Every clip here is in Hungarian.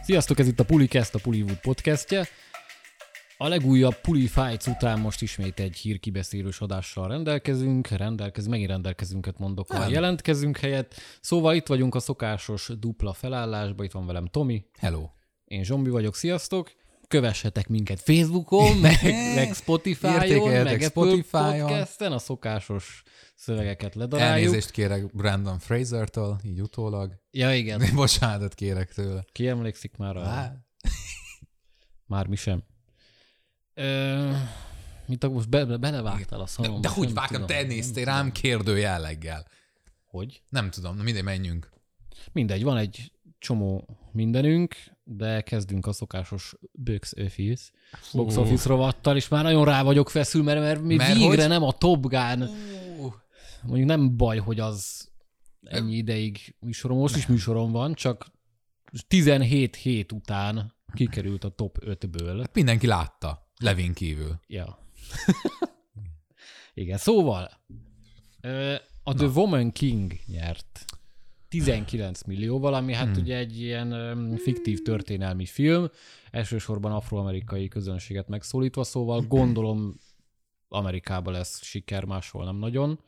Sziasztok, ez itt a PuliCast, a Pullywood podcastje. A legújabb Puli Fights után most ismét egy hírkibeszélős adással megint rendelkezünket mondok, ha jelentkezünk helyett. Szóval itt vagyunk a szokásos dupla felállásban, itt van velem Tomi. Hello. Én Zsombi vagyok, sziasztok. Kövessetek minket Facebookon, meg Spotify-on, meg Apple Podcasten, a szokásos szövegeket ledaráljuk. Elnézést kérek Brandon Fraser-től, így utólag. Ja, igen. Bocsánatot kérek tőle. Ki emlékszik már rá? Már mi sem. Mint akkor most belevágtál a szalomba. De hogy vágtam, te néztél rám kérdőjelleggel. Hogy? Nem tudom, na mindegy, menjünk. Mindegy, van egy csomó mindenünk, de kezdünk a szokásos box office rovattal, és már nagyon rá vagyok feszül, mert végre hogy? Nem a Top Gun. Mondjuk nem baj, hogy az ennyi ideig műsorom, most is műsorom van, csak 17 hét után kikerült a top 5-ből. Hát mindenki látta, Levin kívül. Ja. Igen, szóval a The Woman King nyert 19 millióval, ami hát ugye egy ilyen fiktív történelmi film, elsősorban afroamerikai közönséget megszólítva, szóval gondolom Amerikában lesz siker, máshol nem nagyon.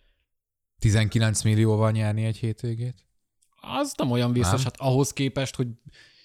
19 millióval nyerni egy hétvégét? Az nem olyan vészes, hát ahhoz képest, hogy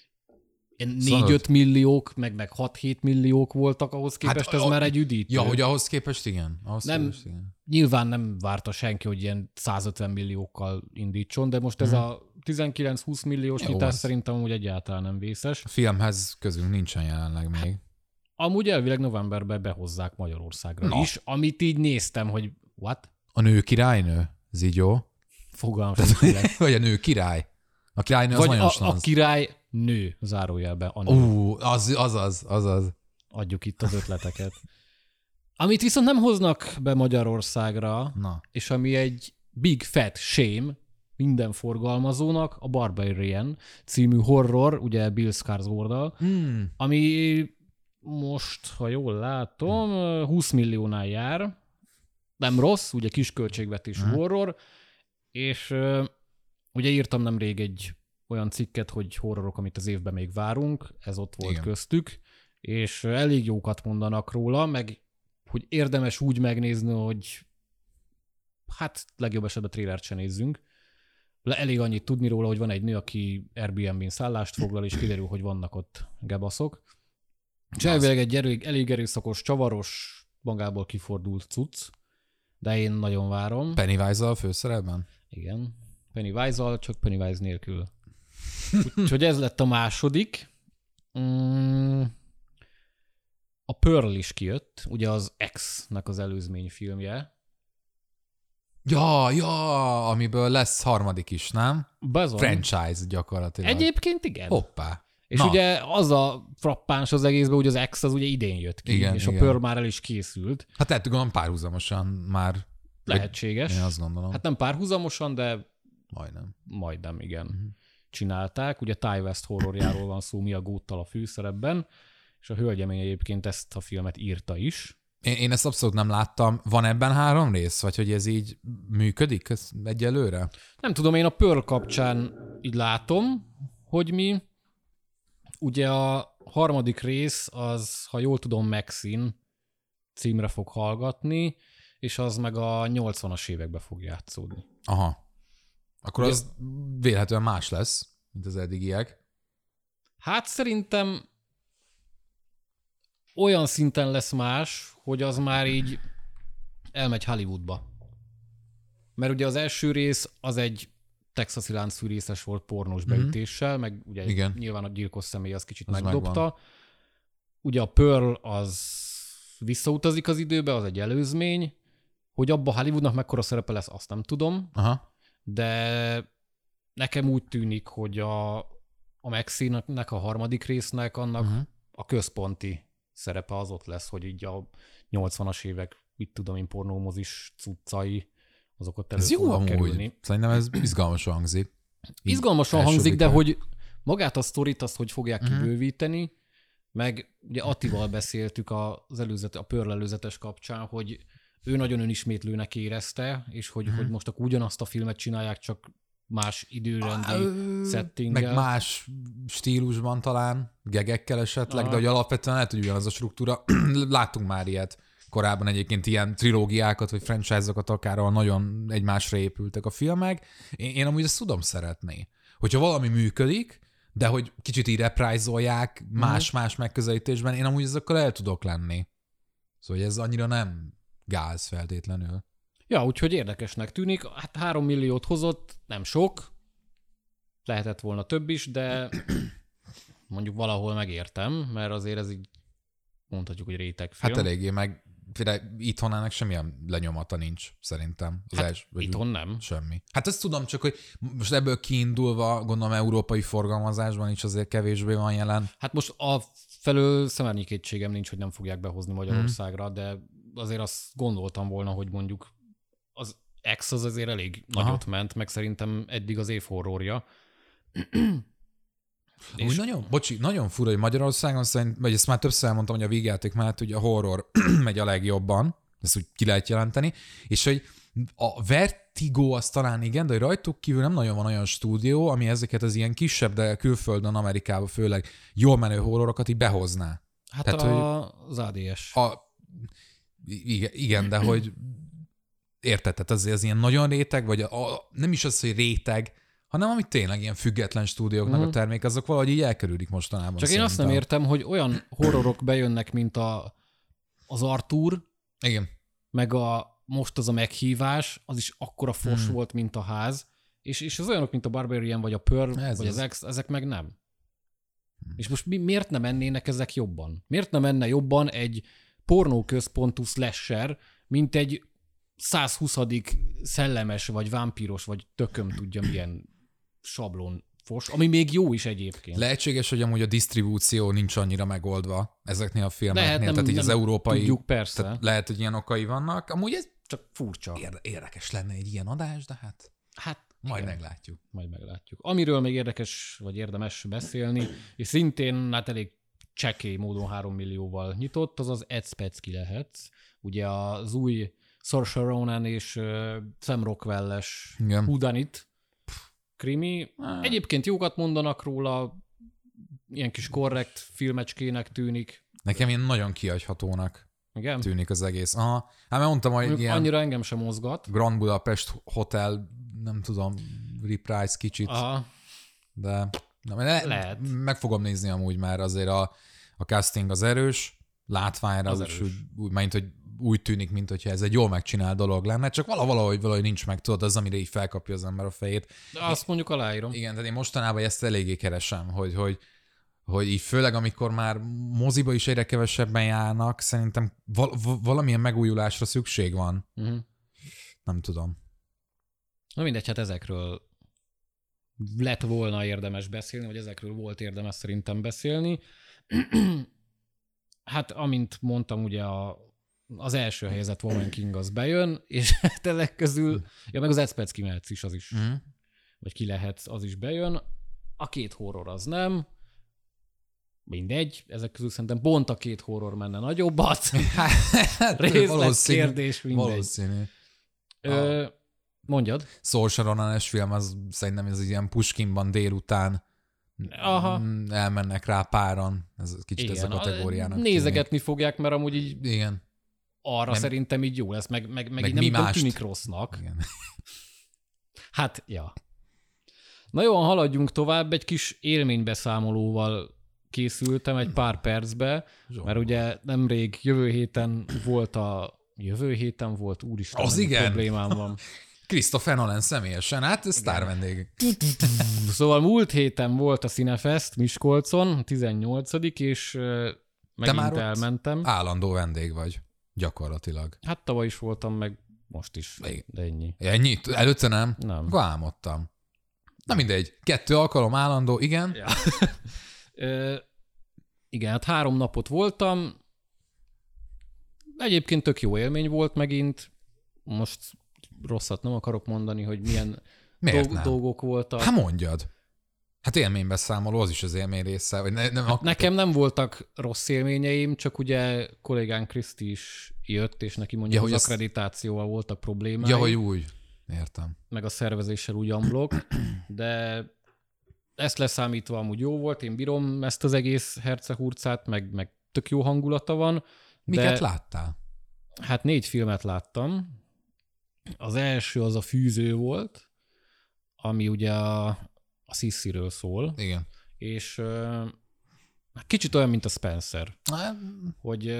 4-5 milliók, meg 6-7 milliók voltak, ahhoz képest hát, ez már egy üdítő. Ja, hogy ahhoz képest igen. Nyilván nem várta senki, hogy ilyen 150 milliókkal indítson, de most ez a 19-20 milliós nyitás szerintem úgy egyáltalán nem vészes. A filmhez közünk nincsen jelenleg még. Amúgy elvileg novemberben behozzák Magyarországra is, amit így néztem, hogy what? A nő királynő? Zigyó? Fogalmam. Vagy a nő király? A királynő vagy az nagyon a király nő, zárójelben a nő. Azaz. Adjuk itt az ötleteket. Amit viszont nem hoznak be Magyarországra, és ami egy big fat shame minden forgalmazónak, a Barbarian című horror, ugye Bill Skarsgårddal, ami most, ha jól látom, 20 milliónál jár. Nem rossz, ugye kisköltségvetésű horror, és ugye írtam nemrég egy olyan cikket, hogy horrorok, amit az évben még várunk, ez ott volt köztük, és elég jókat mondanak róla, meg hogy érdemes úgy megnézni, hogy hát legjobb esetben trélert se nézzünk. Elég annyit tudni róla, hogy van egy nő, aki Airbnb-n szállást foglal, és kiderül, hogy vannak ott gebaszok. És elvileg egy elég erőszakos, csavaros, magából kifordult cucc, de én nagyon várom. Pennywise-al főszerepben? Igen. Pennywise-al, csak Pennywise nélkül. Úgyhogy ez lett a második. A Pearl is kijött, ugye az X-nek az előzmény filmje. Ja, amiből lesz harmadik is, nem? Bezony. Franchise gyakorlatilag. Egyébként igen. Hoppá. És ugye az a frappáns az egészben, hogy az X az ugye idén jött ki, és a Pearl már el is készült. Hát lehet, gondolom párhuzamosan már. Lehetséges. Én azt gondolom. Hát nem párhuzamosan, de Majdnem, igen. Csinálták. Ugye Ty West horrorjáról van szó, Mia Goth-tal a főszerepben, és a hölgyemény egyébként ezt a filmet írta is. Én ezt abszolút nem láttam. Van ebben 3 rész? Vagy hogy ez így működik egyelőre? Nem tudom, én a Pearl kapcsán így látom, hogy mi. Ugye a harmadik rész az, ha jól tudom, Maxine címre fog hallgatni, és az meg a 80-as években fog játszódni. Aha. Akkor ugye az véletlenül más lesz, mint az eddigiek. Hát szerintem olyan szinten lesz más, hogy az már így elmegy Hollywoodba. Mert ugye az első rész az egy texasi láncfűrészes volt pornós beütéssel, meg ugye nyilván a gyilkos személy az kicsit az megdobta. Megvan. Ugye a Pearl az visszautazik az időbe, az egy előzmény. Hogy abban Hollywoodnak mekkora szerepe lesz, azt nem tudom. Aha. De nekem úgy tűnik, hogy a Maxine-nek a harmadik résznek annak a központi szerepe az ott lesz, hogy így a 80-as évek, mit tudom én, pornómozis cuccai, azok ott elő fognak kerülni. Szerintem ez izgalmasan hangzik. Izgalmasan hangzik, de hogy magát a sztorit, azt hogy fogják kibővíteni, meg ugye Attival beszéltük a Pearl előzetes kapcsán, hogy ő nagyon önismétlőnek érezte, és hogy most akkor ugyanazt a filmet csinálják, csak más időrendi settinggel. Meg más stílusban talán, gegekkel esetleg, de hogy alapvetően lehet, hogy ugyanaz a struktúra. Láttunk már ilyet korábban egyébként, ilyen trilógiákat, vagy franchise-okat akár, ahol nagyon egymásra épültek a filmek. Én amúgy ezt tudom szeretni. Hogyha valami működik, de hogy kicsit így reprájzolják más-más megközelítésben, én amúgy ezekkel el tudok lenni. Szóval ez annyira nem gáz feltétlenül. Ja, úgyhogy érdekesnek tűnik. Hát 3 milliót hozott, nem sok. Lehetett volna több is, de mondjuk valahol megértem, mert azért ez így mondhatjuk, hogy rétegfilm. Hát eléggé, meg itthon ennek semmilyen lenyomata nincs, szerintem. Itthon nem. Semmi. Hát ezt tudom, csak hogy most ebből kiindulva, gondolom európai forgalmazásban is azért kevésbé van jelen. Hát most felől szemernyi kétségem nincs, hogy nem fogják behozni Magyarországra, de azért azt gondoltam volna, hogy mondjuk az X az azért elég nagyot ment, meg szerintem eddig az év horrorja. És nagyon fura, hogy Magyarországon szerint, vagy ezt már többször elmondtam, hogy a vígjáték mellett ugye a horror megy a legjobban, ezt úgy ki lehet jelenteni, és hogy a Vertigo az talán igen, de rajtuk kívül nem nagyon van olyan stúdió, ami ezeket az ilyen kisebb, de külföldön, Amerikában főleg jól menő horrorokat így behozná. Hát tehát, az ADS. Igen, de hogy érted, tehát azért az ilyen nagyon réteg, vagy nem is az, hogy réteg, hanem amit tényleg ilyen független stúdióknak a termék, azok valahogy így elkerülik mostanában. Csak én azt nem értem, hogy olyan horrorok bejönnek, mint az Arthur, igen, meg most az a Meghívás, az is akkora fos volt, mint a Ház, és az olyanok, mint a Barbarian, vagy a Pearl, vagy az X, ezek meg nem. És most miért nem mennének ezek jobban? Miért nem menne jobban egy pornóközpontú slasher, mint egy 120. szellemes, vagy vámpíros, vagy tököm tudja milyen sablon fos, ami még jó is egyébként. Lehetséges, hogy amúgy a disztribúció nincs annyira megoldva ezeknél a filmeknél, tehát így az európai... Tudjuk, persze. Lehet, hogy ilyen okai vannak. Amúgy ez csak furcsa. Érdekes lenne egy ilyen adás, de hát majd igen. Meglátjuk. Amiről még érdekes, vagy érdemes beszélni, és szintén hát elég csekély módon 3 millióval nyitott, az az Ed Specki lehet. Ugye az új Saoirse Ronan és Sam Rockwell-es Whodunit krimi. Egyébként jókat mondanak róla, ilyen kis korrekt filmecskének tűnik. Nekem ilyen nagyon kihagyhatónak tűnik az egész. Aha. Hát mert mondtam, hogy ilyen... Annyira engem sem mozgat. Grand Budapest Hotel, nem tudom, reprise kicsit. Aha. De lehet. Meg fogom nézni amúgy, mert azért a casting az erős, látványra az erős. Úgy, mint hogy úgy tűnik, mint hogyha ez egy jól megcsinált dolog lenne, csak valahogy nincs meg, tudod, az, amire így felkapja az ember a fejét. De azt mondjuk aláírom. Igen, tehát én mostanában ezt eléggé keresem, hogy így főleg, amikor már moziba is egyre kevesebben járnak, szerintem valamilyen megújulásra szükség van. Nem tudom. Na mindegy, hát ezekről lett volna érdemes beszélni, vagy ezekről volt érdemes szerintem beszélni. Hát amint mondtam, ugye az első helyezett Woman King az bejön, és hát ezek közül, meg az Ed Specki mehetsz is, az is, vagy ki lehetsz, az is bejön. A 2 horror az nem. Mindegy, ezek közül szerintem pont a 2 horror menne nagyobbat. Részlet, kérdés, mindegy. Valószínű. Mondjad. Saoirse Ronan-es film, az szerintem ez ilyen Puskinban délután elmennek rá páran. Ez kicsit igen, ez a kategóriának. Nézegetni tűnik. Fogják, mert amúgy így igen. Arra szerintem így jó lesz, meg így nem tűnik rossznak. Igen. Hát, ja. Na jó, haladjunk tovább. Egy kis élménybeszámolóval készültem egy pár percbe, mert ugye nemrég jövő héten volt, úristen, az igen. Problémám van. Christopher Nolan személyesen, hát sztár vendég. Szóval múlt héten volt a Cinefest Miskolcon, 18. és megint már elmentem. Állandó vendég vagy, gyakorlatilag. Hát tavaly is voltam, meg most is, de ennyi. Ennyi? Előtte nem? Nem. Akkor álmodtam. Na mindegy, 2 alkalom állandó, igen. Ja. Igen, hát 3 napot voltam. Egyébként tök jó élmény volt megint. Most rosszat nem akarok mondani, hogy milyen dolgok voltak. Hát mondjad. Hát élménybeszámoló, az is az élmény része. Vagy nekem nem voltak rossz élményeim, csak ugye kollégán Kriszti is jött, és neki mondja, hogy az akkreditációval voltak problémái. Ja, hogy úgy. Értem. Meg a szervezéssel úgy amblok, de ezt leszámítva amúgy jó volt, én bírom ezt az egész hercehurcát, meg tök jó hangulata van. Miket láttál? Hát 4 filmet láttam. Az első az a Fűző volt, ami ugye a Sissyről szól. Igen. És kicsit olyan, mint a Spencer. Hogy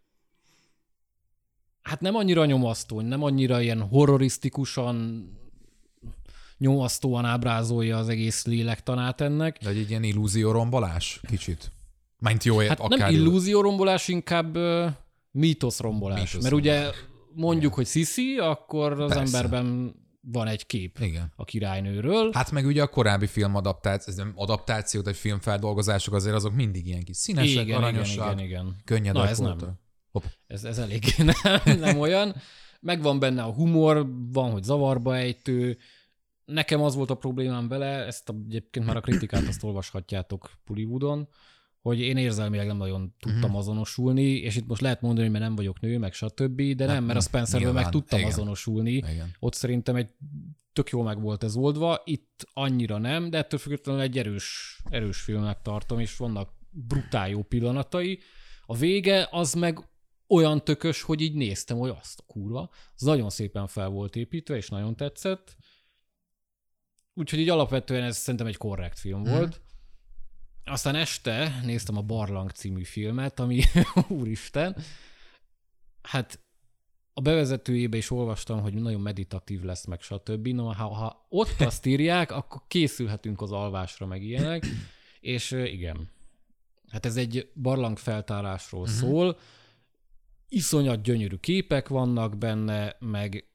hát nem annyira nyomasztó, nem annyira ilyen horrorisztikusan nyomasztóan ábrázolja az egész lélektanát ennek. De egy ilyen illúziórombolás? Kicsit. Mint jó, hát akár nem illúziórombolás, inkább mítoszrombolás. Mert ugye mondjuk, hogy Sissy, akkor az emberben van egy kép a királynőről. Hát meg ugye a korábbi adaptációk, vagy filmfeldolgozások azért azok mindig ilyen kis színesek, aranyosak, könnyed ez nem. Ez elég nem olyan. Megvan benne a humor, van, hogy zavarba ejtő. Nekem az volt a problémám vele, ezt egyébként már a kritikát azt olvashatjátok Pullywoodon, hogy én érzelmileg nem nagyon tudtam azonosulni, és itt most lehet mondani, hogy mert nem vagyok nő, meg stb., de nem, mert a Spencerről meg tudtam azonosulni. Igen. Ott szerintem egy tök jól meg volt ez oldva, itt annyira nem, de ettől függetlenül egy erős filmnek tartom, és vannak brutál jó pillanatai. A vége az meg olyan tökös, hogy így néztem, hogy azt a kurva. Az nagyon szépen fel volt építve, és nagyon tetszett. Úgyhogy így alapvetően ez szerintem egy korrekt film volt. Aztán este néztem a Barlang című filmet, ami úristen, hát a bevezetőjébe is olvastam, hogy nagyon meditatív lesz, meg stb. No, ha ott azt írják, akkor készülhetünk az alvásra, meg ilyenek, és igen. Hát ez egy barlang feltárásról szól, iszonyat gyönyörű képek vannak benne, meg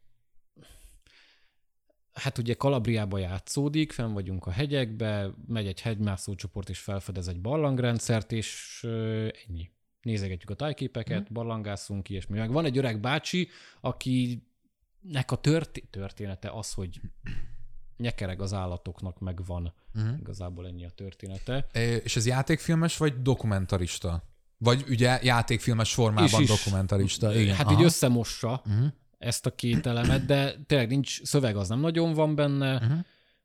hát ugye Kalabriába játszódik, fenn vagyunk a hegyekbe, megy egy hegymászócsoport és felfedez egy barlangrendszert, és ennyi. Nézegetjük a tájképeket, barlangászunk, ilyesmi. Meg van egy öreg bácsi, akinek a története az, hogy nyekereg az állatoknak, megvan. Igazából ennyi a története. És ez játékfilmes vagy dokumentarista? Vagy ugye játékfilmes formában dokumentarista? Igen. Hát így összemossa ezt a két elemet, de tényleg nincs szöveg, az nem nagyon van benne.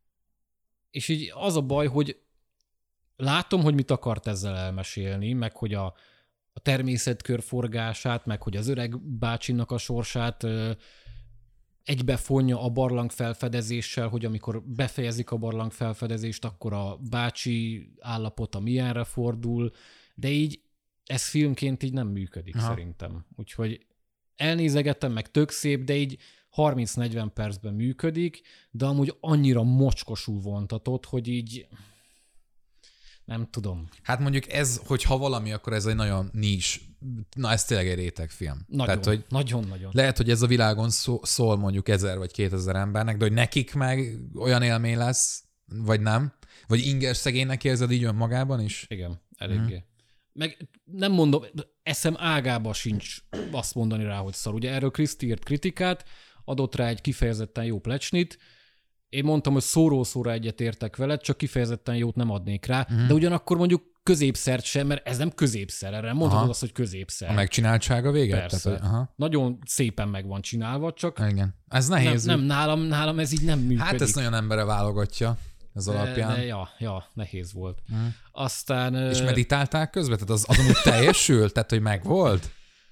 És így az a baj, hogy látom, hogy mit akart ezzel elmesélni, meg hogy a természet körforgását, meg hogy az öreg bácsinak a sorsát egybefonja a barlang felfedezéssel, hogy amikor befejezik a barlang felfedezést, akkor a bácsi állapota milyenre fordul, de így ez filmként így nem működik szerintem. Úgyhogy elnézegettem, meg tök szép, de így 30-40 percben működik, de amúgy annyira mocskosul vontatott, hogy így nem tudom. Hát mondjuk ez, hogyha valami, akkor ez egy nagyon nis. Na, ez tényleg egy rétegfilm. Nagyon, tehát, hogy nagyon-nagyon. Lehet, hogy ez a világon szól mondjuk 1000 vagy 2000 embernek, de hogy nekik meg olyan élmény lesz, vagy nem? Vagy inger szegénynek érzed így önmagában is? Igen, eléggé. Meg nem mondom, eszem ágába sincs azt mondani rá, hogy szar. Ugye erről Kriszti írt kritikát, adott rá egy kifejezetten jó plecsnit. Én mondtam, hogy szóról szóra egyetértek veled, csak kifejezetten jót nem adnék rá, de ugyanakkor mondjuk középszert sem, mert ez nem középszer, erre mondhatod azt, hogy középszer. A megcsináltsága véget? Persze. Tehát, nagyon szépen meg van csinálva, csak igen. Ez nehéz. Nem, nálam ez így nem működik. Hát ezt nagyon embere válogatja ez alapján. De ja, nehéz volt. Aztán... És meditáltál közben? Tehát az amúgy teljesült? Tehát, hogy megvolt?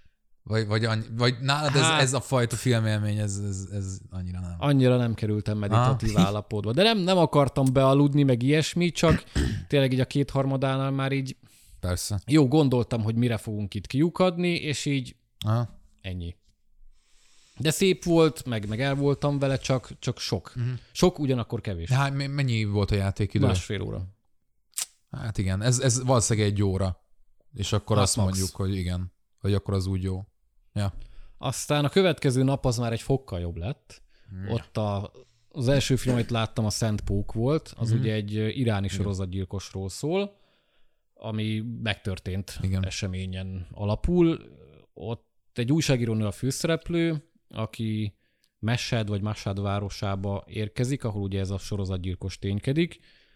Vagy nálad ez a fajta filmélmény, ez annyira nem? Annyira nem kerültem meditatív állapotba. De nem akartam bealudni, meg ilyesmi, csak tényleg így a 2/3-ánál már így persze. Jó, gondoltam, hogy mire fogunk itt kiukadni, és így ennyi. De szép volt, meg el voltam vele, csak sok. Sok, ugyanakkor kevés. Hát mennyi volt a játékidő? 1,5 óra. Hát igen, ez valószínűleg 1 óra. És akkor azt mondjuk, hogy igen, hogy akkor az úgy jó. Ja. Aztán a következő nap az már egy fokkal jobb lett. Ott az első film, amit láttam, a Szent Pók volt. Az ugye egy iráni sorozatgyilkosról szól, ami megtörtént eseményen alapul. Ott egy újságírónő a főszereplő, aki Mashhad városába érkezik, ahol ugye ez a sorozatgyilkos ténykedik.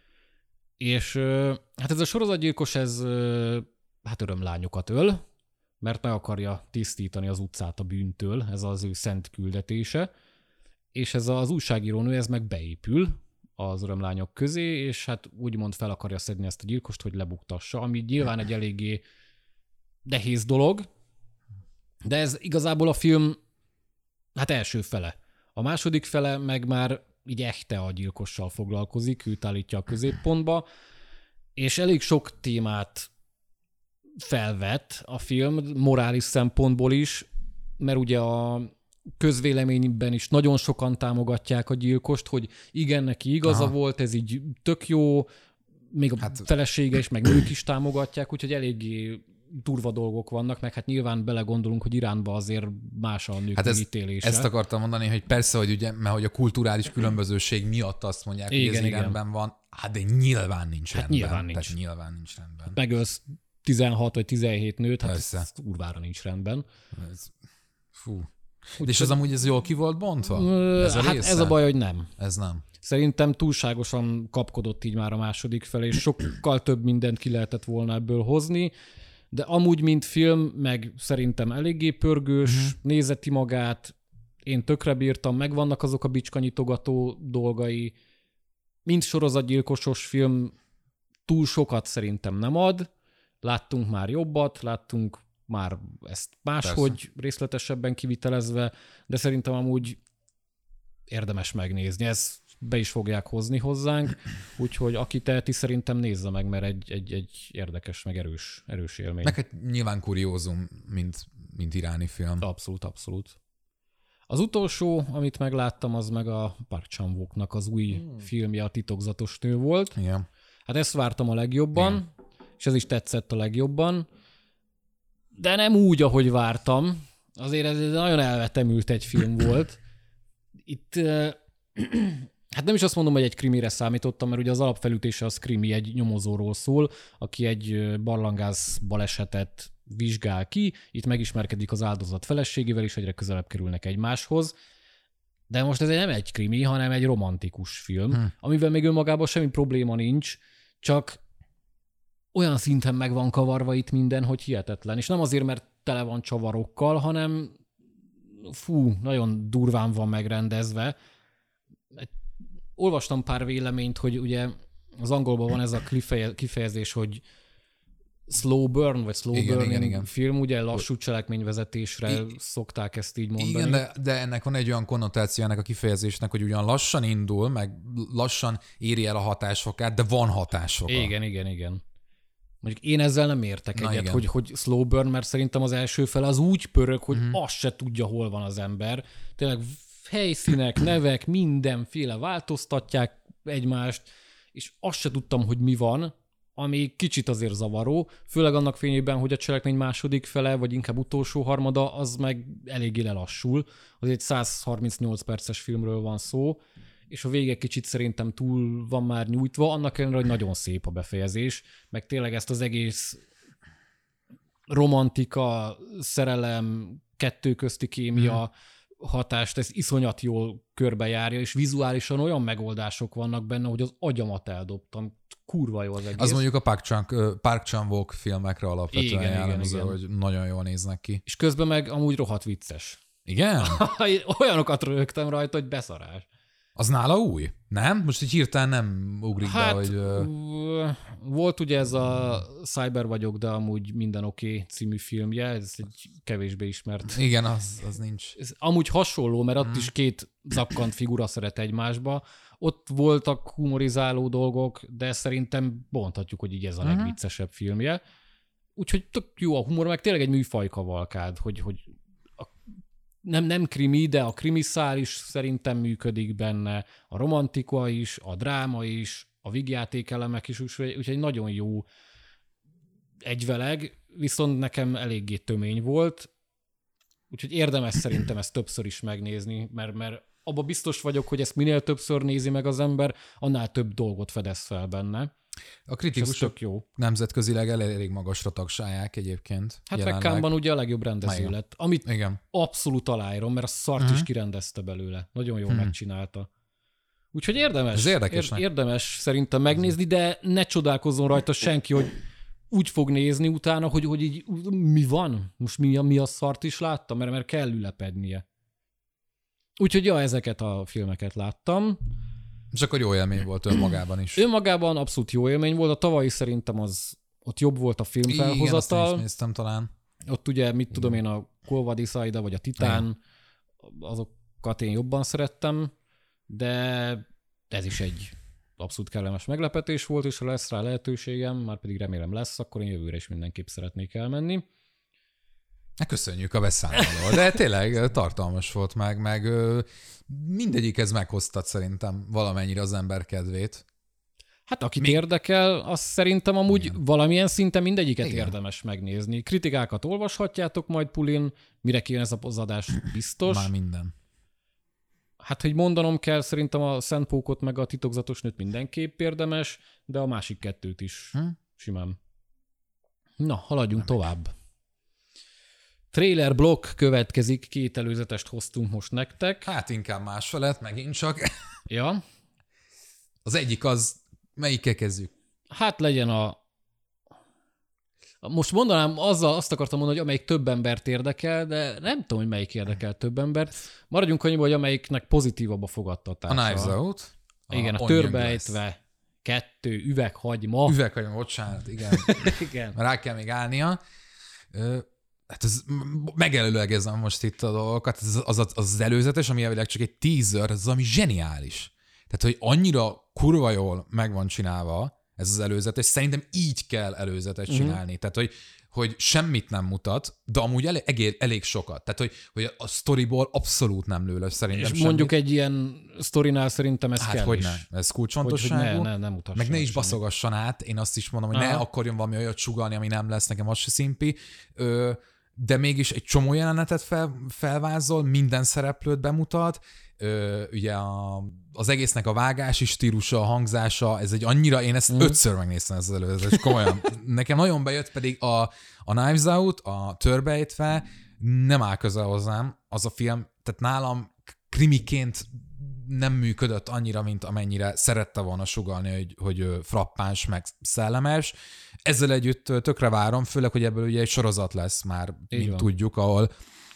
És hát ez a sorozatgyilkos, hát örömlányokat öl, mert meg akarja tisztítani az utcát a bűntől, ez az ő szent küldetése. és ez az újságírónő, ez meg beépül az örömlányok közé, és hát úgymond fel akarja szedni ezt a gyilkost, hogy lebuktassa, ami nyilván egy eléggé nehéz dolog, de ez igazából a film hát első fele. A második fele meg már így echte a gyilkossal foglalkozik, őt állítja a középpontba, és elég sok témát felvet a film, morális szempontból is, mert ugye a közvéleményben is nagyon sokan támogatják a gyilkost, hogy igen, neki igaza volt, ez így tök jó, még a felesége is, meg nők is támogatják, úgyhogy eléggé durva dolgok vannak, meg hát nyilván belegondolunk, hogy Iránban azért más a nők megítélése. Ezt akartam mondani, hogy persze, hogy ugye, mert hogy a kulturális különbözőség miatt azt mondják, igen, hogy ez Iránban van, hát de nyilván nincs rendben. Nyilván nincs. Tehát nyilván nincs rendben. Megölsz 16 vagy 17 nőt, hát ez kurvára nincs rendben. Fú. És ez amúgy ez jól ki volt bontva? Ez a baj, hogy nem. Ez nem. Szerintem túlságosan kapkodott így már a második felé, és sokkal több mindent ki lehetett volna ebből hozni, de amúgy, mint film, meg szerintem eléggé pörgős, nézeti magát, én tökre bírtam, meg vannak azok a bicskanyitogató dolgai, mint sorozatgyilkosos film túl sokat szerintem nem ad, láttunk már jobbat, láttunk már ezt máshogy persze részletesebben kivitelezve, de szerintem amúgy érdemes megnézni. Ezt be is fogják hozni hozzánk, úgyhogy aki teheti, szerintem nézze meg, mert egy érdekes, meg erős élmény. Meg hát nyilván kuriózum, mint iráni film. Abszolút. Az utolsó, amit megláttam, az meg a Park Chan-wooknak az új filmje, a Titokzatos nő volt. Igen. Hát ezt vártam a legjobban, és ez is tetszett a legjobban, de nem úgy, ahogy vártam. Azért ez nagyon elvetemült egy film volt. Itt, hát nem is azt mondom, hogy egy krimire számítottam, mert ugye az alapfelütése az krimi, egy nyomozóról szól, aki egy barlangász balesetet vizsgál ki, itt megismerkedik az áldozat feleségével, és egyre közelebb kerülnek egymáshoz. De most ez nem egy krimi, hanem egy romantikus film, amivel még önmagában semmi probléma nincs, csak olyan szinten meg van kavarva itt minden, hogy hihetetlen. És nem azért, mert tele van csavarokkal, hanem nagyon durván van megrendezve. Olvastam pár véleményt, hogy ugye az angolban van ez a kifejezés, hogy slow burn, vagy slow burning film, ugye lassú cselekményvezetésre szokták ezt így mondani. Igen, de ennek van egy olyan konnotáció ennek a kifejezésnek, hogy ugyan lassan indul, meg lassan éri el a hatásfokát, de van hatásfoka. Igen. Mondjuk én ezzel nem értek egyet, hogy slow burn, mert szerintem az első fel az úgy pörög, hogy azt se tudja, hol van az ember. Tényleg helyszínek, nevek, mindenféle változtatják egymást, és azt se tudtam, hogy mi van, ami kicsit azért zavaró, főleg annak fényében, hogy a cselekmény második fele, vagy inkább utolsó harmada, az meg eléggé lelassul. Az egy 138 perces filmről van szó, és a vége kicsit szerintem túl van már nyújtva, annak ellenére, hogy nagyon szép a befejezés, meg tényleg ezt az egész romantika, szerelem, kettő közti kémia hatást, ez iszonyat jól körbejárja, és vizuálisan olyan megoldások vannak benne, hogy az agyamat eldobtam. Kurva jó az egész. Az mondjuk a Park Chan-wook filmekre alapvetően jellemző, hogy nagyon jól néznek ki. És közben meg amúgy rohadt vicces. Igen? Olyanokat röhögtem rajta, hogy beszarás. Az nála új? Nem? Most így hirtelen nem ugrik be, hogy... Volt ugye ez a Cyber vagyok, de amúgy minden oké című filmje, ez egy kevésbé ismert. Igen, az nincs. Ez amúgy hasonló, mert ott is két zakkant figura szeret egymásba. Ott voltak humorizáló dolgok, de szerintem bonthatjuk, hogy így ez a legviccesebb filmje. Úgyhogy tök jó a humor, meg tényleg egy műfajkavalkád, hogy nem krimi, de a krimiszál is szerintem működik benne, a romantika is, a dráma is, a vígjátékelemek is, úgyhogy nagyon jó egyveleg, viszont nekem eléggé tömény volt, úgyhogy érdemes szerintem ezt többször is megnézni, mert abban biztos vagyok, hogy ezt minél többször nézi meg az ember, annál több dolgot fedez fel benne. A kritikusok jó. Nemzetközileg elég magasra tagsálják egyébként. Hát meg Cannes-ban ugye a legjobb rendező lett, amit abszolút aláírom, mert a szart is kirendezte belőle. Nagyon jól megcsinálta. Úgyhogy érdemes szerintem megnézni, de ne csodálkozzon rajta senki, hogy úgy fog nézni utána, hogy így mi van? Most mi a szart is látta? Mert kell ülepednie. Úgyhogy ja, ezeket a filmeket láttam. És akkor jó élmény volt önmagában is. Önmagában abszolút jó élmény volt. A tavalyi szerintem ott jobb volt a filmfelhozatal. Igen, néztem talán. Ott ugye, mit tudom én, a Quo Vadis vagy a Titán, azokat én jobban szerettem, de ez is egy abszolút kellemes meglepetés volt, és ha lesz rá lehetőségem, már pedig remélem lesz, akkor én jövőre is mindenképp szeretnék elmenni. Köszönjük a beszámolót, de tényleg tartalmas volt meg mindegyikhez meghoztat szerintem valamennyire az ember kedvét. Hát akit érdekel, azt szerintem amúgy valamilyen szinten mindegyiket érdemes megnézni. Kritikákat olvashatjátok majd Pulin, mire kijön ez az adás biztos. Már minden. Hát, hogy mondanom kell, szerintem a Szentpókot meg a Titokzatos nőt mindenképp érdemes, de a másik kettőt is simán. Na, haladjunk tovább. Trailer blokk következik, 2 előzetest hoztunk most nektek. Hát inkább másfele lett, megint csak. Ja. Az egyik az, melyikkel kezdjük? Hát legyen most mondanám, azt akartam mondani, hogy amelyik több embert érdekel, de nem tudom, hogy melyik érdekel több embert. Maradjunk annyiba, hogy amelyiknek pozitívabb a fogadtatása. A Knives Out. Igen, a Törbejtve 2, Üveghagyma. Üveghagyma, bocsánat, igen. Igen. Rá kell még állnia. Hát megelőlegezem most itt a dolgokat. Az előzetes, ami elvileg csak egy teaser, ez ami zseniális. Tehát, hogy annyira kurva jól meg van csinálva ez az előzetes, szerintem így kell előzetet csinálni. Tehát, hogy semmit nem mutat, de amúgy elég sokat. Tehát, hogy a sztoriból abszolút nem lő le szerintem és semmit. Mondjuk egy ilyen sztorinál szerintem ez kell hogy is. nem. Ez kulcsfontosságú. Ne mutasson. Meg ne is baszogasson át. Én azt is mondom, hogy ne akarjon valami olyat sugalni, ami nem lesz, nekem az se szimpi. De mégis egy csomó jelenetet felvázol, minden szereplőt bemutat, ugye az egésznek a vágási stílusa, a hangzása, ez egy annyira, én ezt 5-ször megnéztem ez az előzetes, komolyan. Nekem nagyon bejött, pedig a Knives Out, a Törbejtve nem áll közel hozzám az a film, tehát nálam krimiként nem működött annyira, mint amennyire szerette volna sugalni, hogy frappáns, meg szellemes. Ezzel együtt tökre várom, főleg, hogy ebből ugye egy sorozat lesz már, mint tudjuk, ahol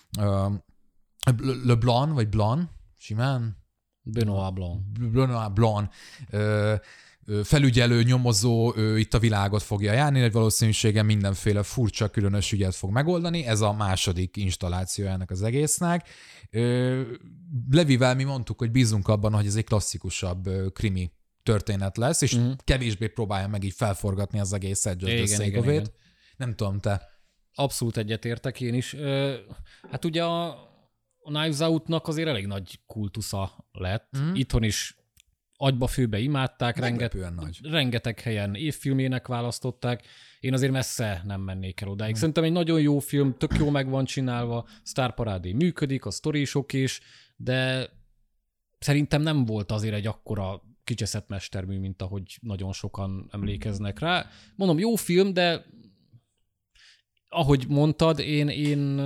LeBlanc, vagy Blanc, simán? Benoit Blanc felügyelő, nyomozó, itt a világot fogja járni, egy valószínűséggel mindenféle furcsa, különös ügyet fog megoldani. Ez a második installációja ennek az egésznek. Levivel mi mondtuk, hogy bízunk abban, hogy ez egy klasszikusabb krimi történet lesz, és kevésbé próbálja meg így felforgatni az egészet, just the sake of it. Nem tudom, te. Abszolút egyetértek én is. Hát ugye a Knives Out-nak azért elég nagy kultusza lett. Itthon is agyba-főbe imádták, rengeteg helyen évfilmének választották. Én azért messze nem mennék el odáig. Szerintem egy nagyon jó film, tök jó meg van csinálva, sztárparádé működik, a sztori is okés, de szerintem nem volt azért egy akkora kicseszett mestermű, mint ahogy nagyon sokan emlékeznek rá. Mondom, jó film, de ahogy mondtad, én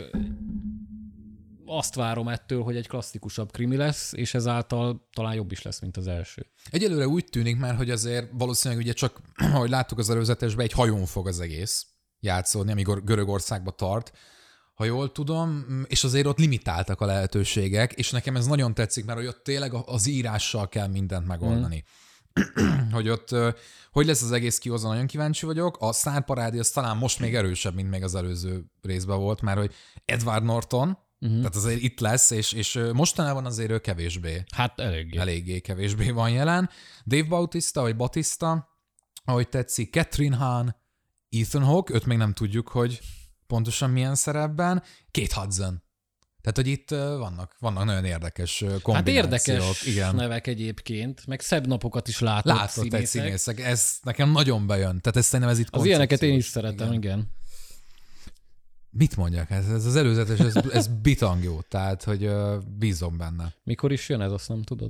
azt várom ettől, hogy egy klasszikusabb krimi lesz, és ezáltal talán jobb is lesz, mint az első. Egyelőre úgy tűnik már, hogy azért valószínűleg ugye csak, ahogy láttuk az előzetesben, egy hajón fog az egész játszódni, amikor Görögországba tart, ha jól tudom, és azért ott limitáltak a lehetőségek, és nekem ez nagyon tetszik, mert hogy ott tényleg az írással kell mindent megoldani. Hogy ott, hogy lesz az egész kihozva, nagyon kíváncsi vagyok. A sztárparádé az talán most még erősebb, mint még az előző részben volt, mert hogy Edward Norton, tehát azért itt lesz, és mostanában azért ő kevésbé. Hát eléggé kevésbé van jelen. Dave Bautista, vagy Batista, ahogy tetszik, Catherine Hahn, Ethan Hawke, őt még nem tudjuk, hogy pontosan milyen szerepben, Kate Hudson. Tehát, hogy itt vannak nagyon érdekes kombinációk. Hát érdekes nevek egyébként, meg szebb napokat is látott színészek. Ez nekem nagyon bejön. Tehát ez szerintem ez itt az ilyeneket én is szeretem, igen. Mit mondjak? Ez az előzetes, ez bitang jó, tehát, hogy bízom benne. Mikor is jön ez, azt nem tudod?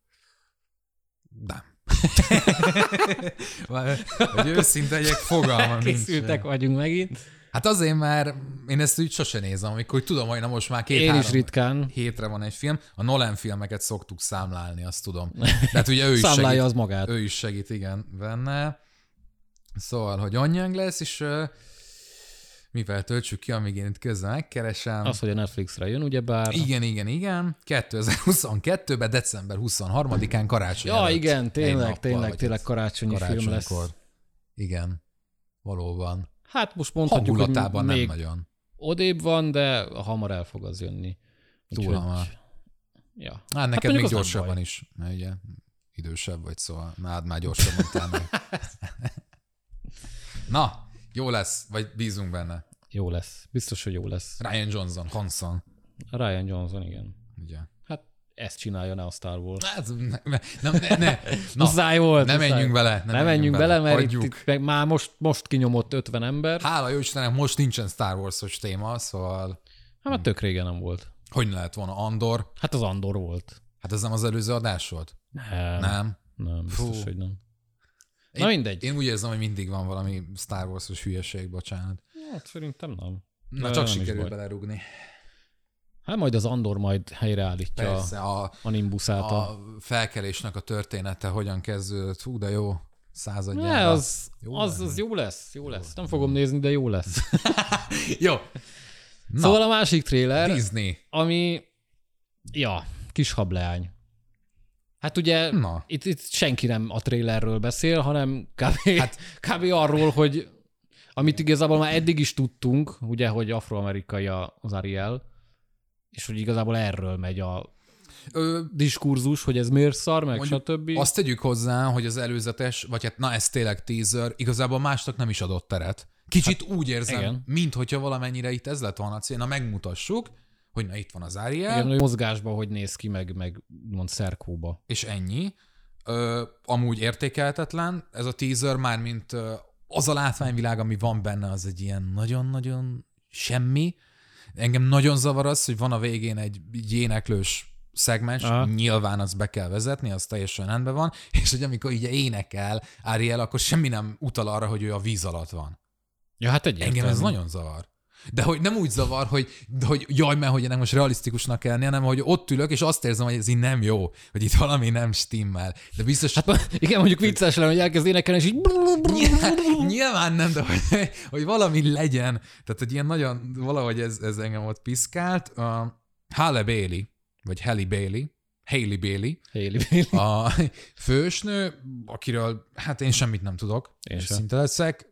Nem. Hogy őszinte legyek, fogalmam nincs. Készültek vagyunk megint. Hát azért, mert én ezt úgy sose nézem, amikor tudom, hogy na most már 2-3 hétre van egy film. A Nolan filmeket szoktuk számlálni, azt tudom. Tehát ugye ő is számlálja segít, az magát. Ő is segít, igen, benne. Szóval, hogy Onyang lesz, és Mivel töltsük ki, amíg én itt közben megkeresem. Az, hogy a Netflixre jön, ugyebár. Igen. 2022-ben, december 23-án karácsony Ja, előtt. igen, tényleg karácsonyi film lesz. Igen, valóban. Hát most mondhatjuk, hangulatában hogy még nem nagyon. odébb van, de hamar el fog az jönni. Túl hamar. Ja. Hát neked még gyorsabban is, mert ugye idősebb vagy, szóval már gyorsabban mondtál meg. Na, jó lesz, vagy bízunk benne. Jó lesz. Biztos, hogy jó lesz. Ryan Johnson, Hanson. Ryan Johnson, igen. Ugye. Hát ezt csinálja, ne a Star Wars. Hát, muszáj volt. Ne menjünk bele. Ne menjünk bele, mert itt már most kinyomott 50 ember. Hála jó Istennek, most nincsen Star Wars-os téma, szóval... Hát már tök régen nem volt. Hogy ne lett volna Andor? Hát az Andor volt. Hát ez nem az előző adás volt? Nem, biztos, hogy nem. Na mindegy. Én úgy érzem, hogy mindig van valami Star Wars-os hülyeség, bocsánat. Hát szerintem nem. Na csak sikerül belerúgni. Hát majd az Andor majd helyreállítja persze, a Nimbusát. A felkelésnek a története hogyan kezdődött. Hú, de jó. Századjára. Ne, az jó lesz. Jó lesz. Nem fogom nézni, de jó lesz. Jó. Na, szóval a másik tréler, Disney. ami, kis hableány. Hát ugye itt senki nem a trélerről beszél, hanem kb. Arról, hogy amit igazából már eddig is tudtunk, ugye, hogy afroamerikai az Ariel, és hogy igazából erről megy a diskurzus, hogy ez miért szar, meg stb. Azt tegyük hozzá, hogy az előzetes, vagy hát ez tényleg teaser, igazából másnak nem is adott teret. Kicsit úgy érzem, minthogyha valamennyire itt ez lett volna a cél. Na megmutassuk, hogy na itt van az Ariel. Igen, hogy mozgásban hogy néz ki, meg mond szerkóba. És ennyi. Amúgy értékelhetetlen. Ez a teaser már mint az a látványvilág, ami van benne, az egy ilyen nagyon-nagyon semmi. Engem nagyon zavar az, hogy van a végén egy éneklős szegmens, nyilván azt be kell vezetni, az teljesen rendben van, és hogy amikor így énekel Ariel, akkor semmi nem utal arra, hogy ő a víz alatt van. Ja, hát egyértelmű. Engem ez nagyon zavar. De hogy nem úgy zavar, hogy jaj, mert hogy ennek most realisztikusnak kell lennie, hanem hogy ott ülök, és azt érzem, hogy ez így nem jó, hogy itt valami nem stimmel. De biztos... Hát igen, mondjuk vicces lenne, hogy elkezd énekelni, és így... Nyilván nem, de hogy valami legyen. Tehát, hogy ilyen nagyon, valahogy ez engem ott piszkált. Halle Bailey, vagy Halle Bailey, a fősnő, akiről hát én semmit nem tudok. Én sem. Szinte leszek.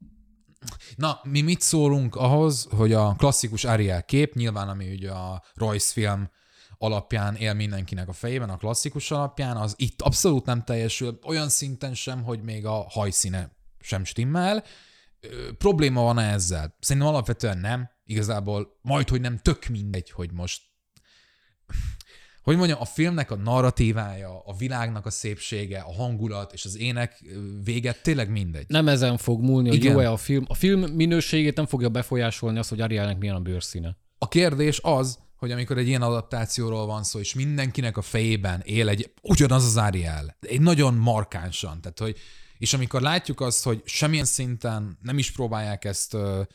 Na, mi mit szólunk ahhoz, hogy a klasszikus Ariel kép, nyilván ami ugye a Royce film alapján él mindenkinek a fejében, a klasszikus alapján, az itt abszolút nem teljesül, olyan szinten sem, hogy még a hajszíne sem stimmel. Probléma van ezzel? Szerintem alapvetően nem. Igazából majdhogy nem tök mindegy, hogy most hogy mondjam, a filmnek a narratívája, a világnak a szépsége, a hangulat és az ének véget tényleg mindegy. Nem ezen fog múlni, hogy jó-e a film. A film minőségét nem fogja befolyásolni az, hogy Arielnek milyen a bőrszíne. A kérdés az, hogy amikor egy ilyen adaptációról van szó, és mindenkinek a fejében él ugyanaz az Ariel, egy nagyon markánsan, tehát hogy, és amikor látjuk azt, hogy semmilyen szinten nem is próbálják ezt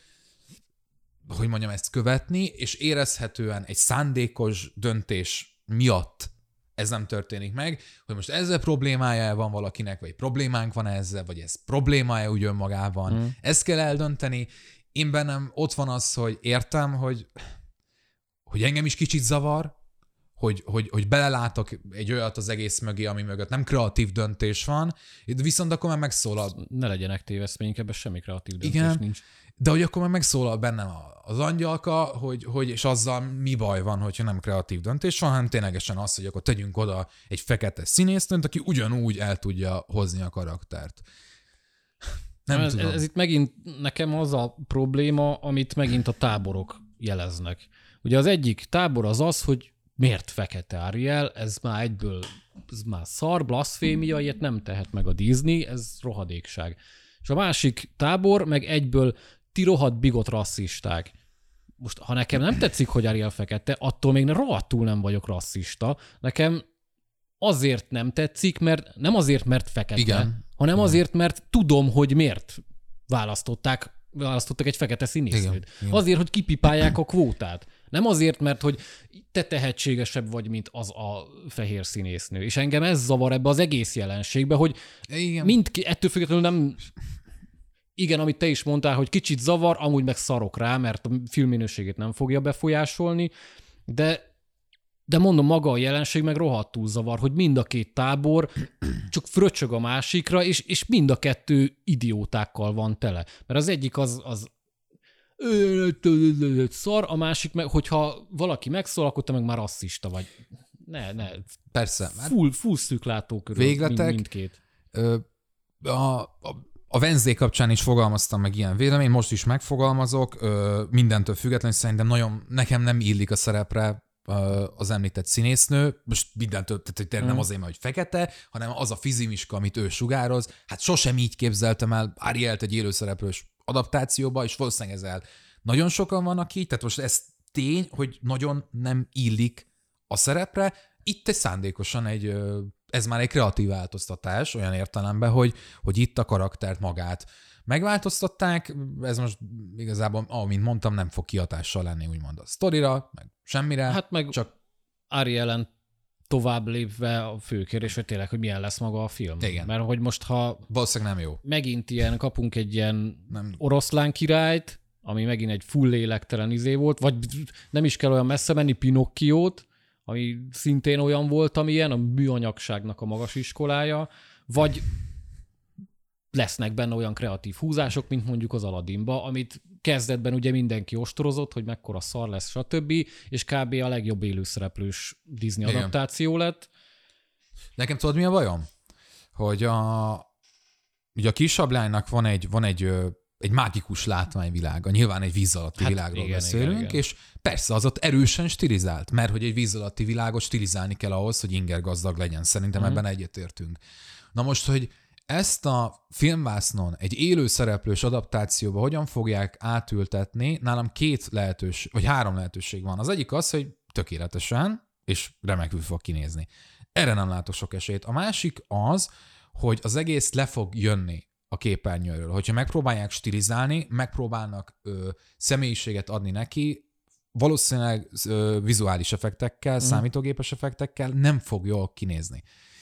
hogy mondjam, ezt követni, és érezhetően egy szándékos döntés miatt ez nem történik meg, hogy most ezzel problémája van valakinek, vagy problémánk van ezzel, vagy ez problémája úgy önmagában. Ezt kell eldönteni. Én bennem ott van az, hogy értem, hogy engem is kicsit zavar, hogy belelátok egy olyat az egész mögé, ami mögött nem kreatív döntés van, viszont akkor már megszólal. Ne legyenek téveszmények, ebben semmi kreatív döntés nincs. De hogy akkor már megszólal bennem az angyalka, hogy és azzal mi baj van, hogyha nem kreatív döntés van, hanem ténylegesen az, hogy akkor tegyünk oda egy fekete színésznőt, aki ugyanúgy el tudja hozni a karaktert. Nem tudom. Ez itt megint nekem az a probléma, amit megint a táborok jeleznek. Ugye az egyik tábor az, hogy miért fekete Ariel, ez már szar, blaszfémia, ilyet nem tehet meg a Disney, ez rohadékság. És a másik tábor meg egyből ti rohadt bigot rasszisták. Most, ha nekem nem tetszik, hogy Ariel fekete, attól még rohadtul nem vagyok rasszista. Nekem azért nem tetszik, nem azért, mert fekete, hanem azért, mert tudom, hogy miért választottak egy fekete színésznőt. Azért, hogy kipipálják a kvótát. Nem azért, mert hogy te tehetségesebb vagy, mint az a fehér színésznő. És engem ez zavar ebbe az egész jelenségbe, hogy ettől függetlenül nem... igen, amit te is mondtál, hogy kicsit zavar, amúgy meg szarok rá, mert a filmminőségét nem fogja befolyásolni, de mondom, maga a jelenség meg rohadtul zavar, hogy mind a két tábor csak fröcsög a másikra, és mind a kettő idiótákkal van tele. Mert az egyik az szar, a másik meg, hogyha valaki megszól, akkor te meg már rasszista vagy. Ne. Persze. Full szűklátókörül mindkét. A Wednesday kapcsán is fogalmaztam meg ilyen vélemény, most is megfogalmazok, mindentől függetlenül szerintem nekem nem illik a szerepre az említett színésznő, most mindentől, tehát nem azért, mert hogy fekete, hanem az a fizimiska, amit ő sugároz, hát sosem így képzeltem el Arielt egy élőszereplős adaptációba, és valószínűleg ezzel nagyon sokan vannak így, tehát most ez tény, hogy nagyon nem illik a szerepre, itt szándékosan ez már egy kreatív változtatás, olyan értelemben, hogy itt a karaktert magát megváltoztatták, ez most igazából, amint mondtam, nem fog kihatással lenni, úgymond a sztorira, meg semmire. Hát meg csak Ariellen tovább lépve a fő kérdés, hogy tényleg, hogy milyen lesz maga a film. Igen. Mert hogy most, ha valószínűleg nem jó. Megint kapunk egy ilyen oroszlán királyt, ami megint egy full lélektelen volt, vagy nem is kell olyan messze menni, Pinocchiót, ami szintén olyan volt, amilyen, a műanyagságnak a magas iskolája, vagy lesznek benne olyan kreatív húzások, mint mondjuk az Aladdinba, amit kezdetben ugye mindenki ostorozott, hogy mekkora szar lesz, stb., és kb. A legjobb élőszereplős Disney adaptáció lett. Nekem tudod, mi a bajom? Hogy ugye a kisablánynak van egy mágikus látványvilága, nyilván egy víz alatti világról beszélünk, igen. És persze az ott erősen stilizált, mert hogy egy víz alatti világot stilizálni kell ahhoz, hogy inger gazdag legyen. Szerintem ebben egyetértünk. Na most, hogy ezt a filmvásznon egy élő szereplős adaptációba hogyan fogják átültetni, nálam 3 lehetőség van. Az egyik az, hogy tökéletesen, és remekül fog kinézni. Erre nem látok sok esélyt. A másik az, hogy az egész le fog jönni a képernyőről. Hogyha megpróbálják stilizálni, megpróbálnak személyiséget adni neki, valószínűleg vizuális effektekkel, számítógépes effektekkel nem fog jól kinézni.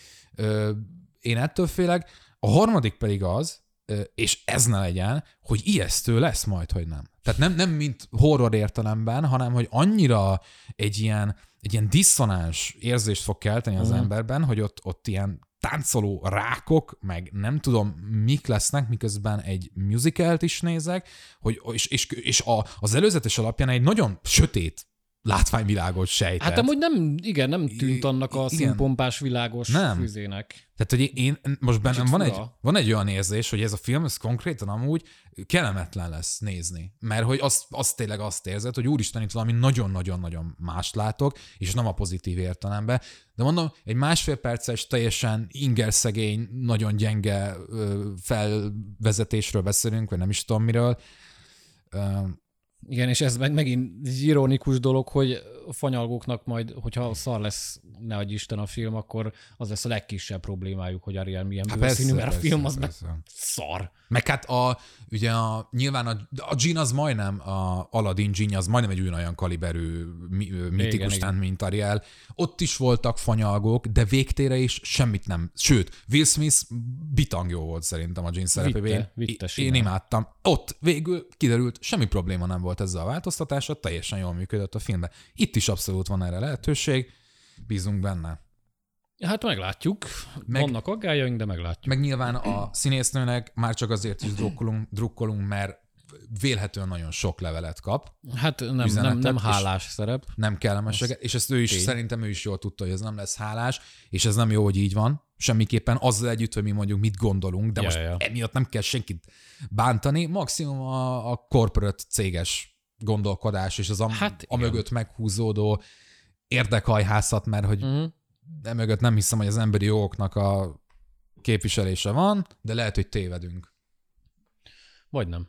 Én ettől félek. A harmadik pedig az, és ez ne legyen, hogy ijesztő lesz majd, hogy nem. Tehát nem mint horror értelemben, hanem hogy annyira egy ilyen diszonáns érzést fog kelteni az emberben, hogy ott ilyen táncoló rákok, meg nem tudom mik lesznek, miközben egy musicalt is nézek, és az előzetes alapján egy nagyon sötét látványvilágot sejtett. Hát amúgy nem tűnt annak a színpompás világos fűzének. Tehát, hogy én most bennem van egy olyan érzés, hogy ez a film, ez konkrétan amúgy kellemetlen lesz nézni. Mert hogy az tényleg azt érzed, hogy úristen, itt valami nagyon-nagyon-nagyon mást látok, és nem a pozitív értelemben. De mondom, egy 1,5 perces, teljesen ingerszegény, nagyon gyenge felvezetésről beszélünk, vagy nem is tudom miről. Igen, és ez megint egy ironikus dolog, hogy a fanyalgóknak majd, hogyha szar lesz, ne adj Isten a film, akkor az lesz a legkisebb problémájuk, hogy Ariel milyen bőrszínű, mert a film az meg szar. Meg hát ugye nyilván a Jean az majdnem, a Aladdin Jean az majdnem egy ugyanolyan kaliberű mitikus tánt, mint Ariel. Ott is voltak fanyalgók, de végtére is semmit nem. Sőt, Will Smith bitang jó volt szerintem a Jean szerepében. Én imádtam. Ott végül kiderült, semmi probléma nem volt ezzel a változtatással, teljesen jól működött a filmben. Itt is abszolút van erre lehetőség, bízunk benne. Hát meglátjuk. Vannak aggályaink, de meglátjuk. Meg nyilván a színésznőnek már csak azért is drukkolunk, mert vélhetően nagyon sok levelet kap. Hát nem hálás szerep. Nem kellemes, és ezt szerintem ő is jól tudta, hogy ez nem lesz hálás, és ez nem jó, hogy így van. Semmiképpen azzal együtt, hogy mi mondjuk mit gondolunk, de most emiatt nem kell senkit bántani. Maximum a corporate céges gondolkodás, és az mögött meghúzódó érdekhajhászat, mert hogy emögött nem hiszem, hogy az emberi jogoknak a képviselése van, de lehet, hogy tévedünk. Vagy nem.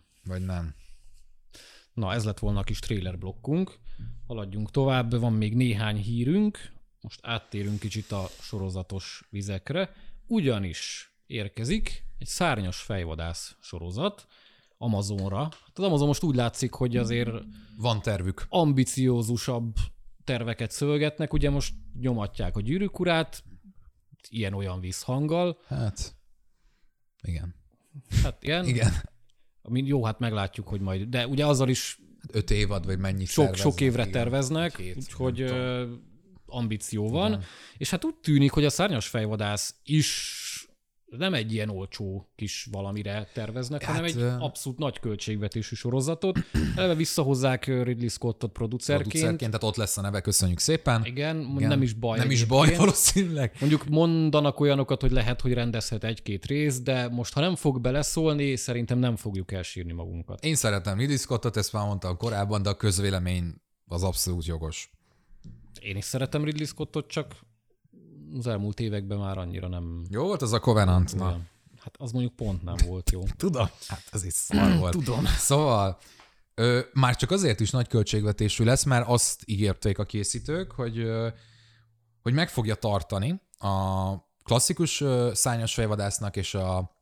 Na, ez lett volna a kis trailer blokkunk. Haladjunk tovább, van még néhány hírünk. Most áttérünk kicsit a sorozatos vizekre. Ugyanis érkezik egy szárnyas fejvadász sorozat Amazonra. Hát az Amazon most úgy látszik, hogy azért van tervük. Ambiciózusabb terveket szövögetnek. Ugye most nyomatják a Gyűrűk urát, ilyen-olyan visszhanggal. Hát, igen. Hát igen. Jó, hát meglátjuk, hogy majd, de ugye azzal is 5 évad, vagy mennyi sok évre terveznek, úgyhogy ambíció van. Igen. És hát úgy tűnik, hogy a Szárnyas fejvadász is nem egy ilyen olcsó kis valamire terveznek, hanem egy abszolút nagy költségvetésű sorozatot. Eleve visszahozzák Ridley Scottot producerként. Tehát ott lesz a neve, köszönjük szépen. Igen. Nem is baj. Nem is baj valószínűleg. Mondjuk mondanak olyanokat, hogy lehet, hogy rendezhet 1-2 rész, de most, ha nem fog beleszólni, szerintem nem fogjuk elsírni magunkat. Én szeretem Ridley Scottot, ezt már mondtam korábban, de a közvélemény az abszolút jogos. Én is szeretem Ridley Scottot, csak az elmúlt években már annyira nem... Jó volt az a Covenant, na. Hát az mondjuk pont nem volt jó. Tudom. Hát ez is szar volt. Tudom. Szóval már csak azért is nagy költségvetésű lesz, mert azt ígérték a készítők, hogy meg fogja tartani a klasszikus Szárnyas fejvadásznak és a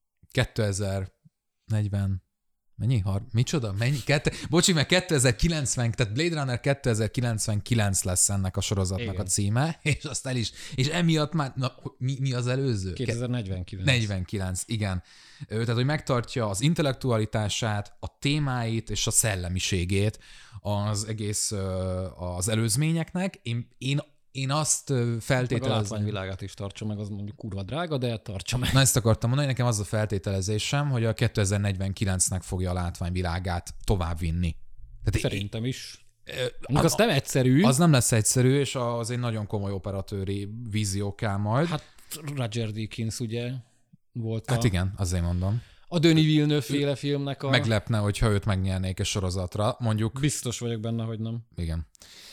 2040... Mennyi? Micsoda? Mennyi? Bocsi, mert 2090, tehát Blade Runner 2099 lesz ennek a sorozatnak a címe, és azt és emiatt már, mi az előző? 2049. 49, igen. Tehát, hogy megtartja az intellektualitását, a témáit és a szellemiségét az egész az előzményeknek. Én azt feltételezem... Meg a látványvilágát is tartsa meg, az mondjuk kurva drága, de tartsa meg. Na ezt akartam mondani, nekem az a feltételezésem, hogy a 2049-nek fogja a látványvilágát továbbvinni. Szerintem is. Az nem egyszerű. Az nem lesz egyszerű, és az egy nagyon komoly operatőri vízió kell majd. Hát Roger Deakins ugye volt Hát igen, azért mondom. A Denis Villeneuve féle filmnek a... Meglepne, hogyha őt megnyernék a sorozatra, mondjuk... Biztos vagyok benne, hogy nem. Igen.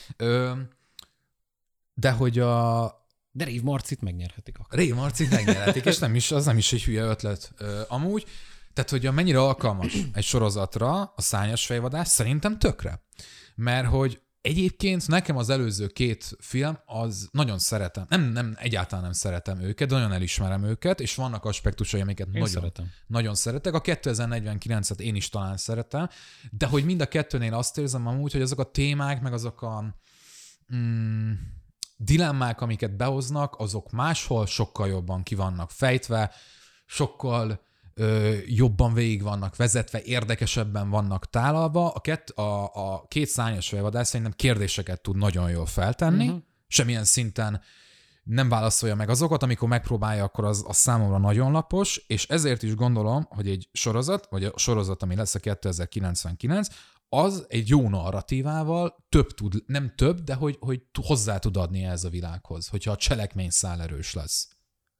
De hogy De Rave Marcit megnyerhetik akkor. Rave Marcit megnyerhetik, és az nem is egy hülye ötlet amúgy. Tehát, hogy mennyire alkalmas egy sorozatra a Szárnyas fejvadász, szerintem tökre. Mert hogy egyébként nekem az előző 2 film, az nagyon szeretem. Nem egyáltalán nem szeretem őket, de nagyon elismerem őket, és vannak aspektusai, amiket nagyon szeretek. A 2049-et én is talán szeretem, de hogy mind a kettőnél azt érzem amúgy, hogy azok a témák, meg azok a... dilemmák, amiket behoznak, azok máshol sokkal jobban ki vannak fejtve, sokkal jobban végig vannak vezetve, érdekesebben vannak tálalva. A 2 Szárnyas fejvadász szerintem kérdéseket tud nagyon jól feltenni, semmilyen szinten nem válaszolja meg azokat, amikor megpróbálja, akkor az számomra nagyon lapos, és ezért is gondolom, hogy egy sorozat, vagy a sorozat, ami lesz a 2099, az egy jó narratívával nem több, de hogy hozzá tud adni ez a világhoz, hogyha a cselekményszál erős lesz.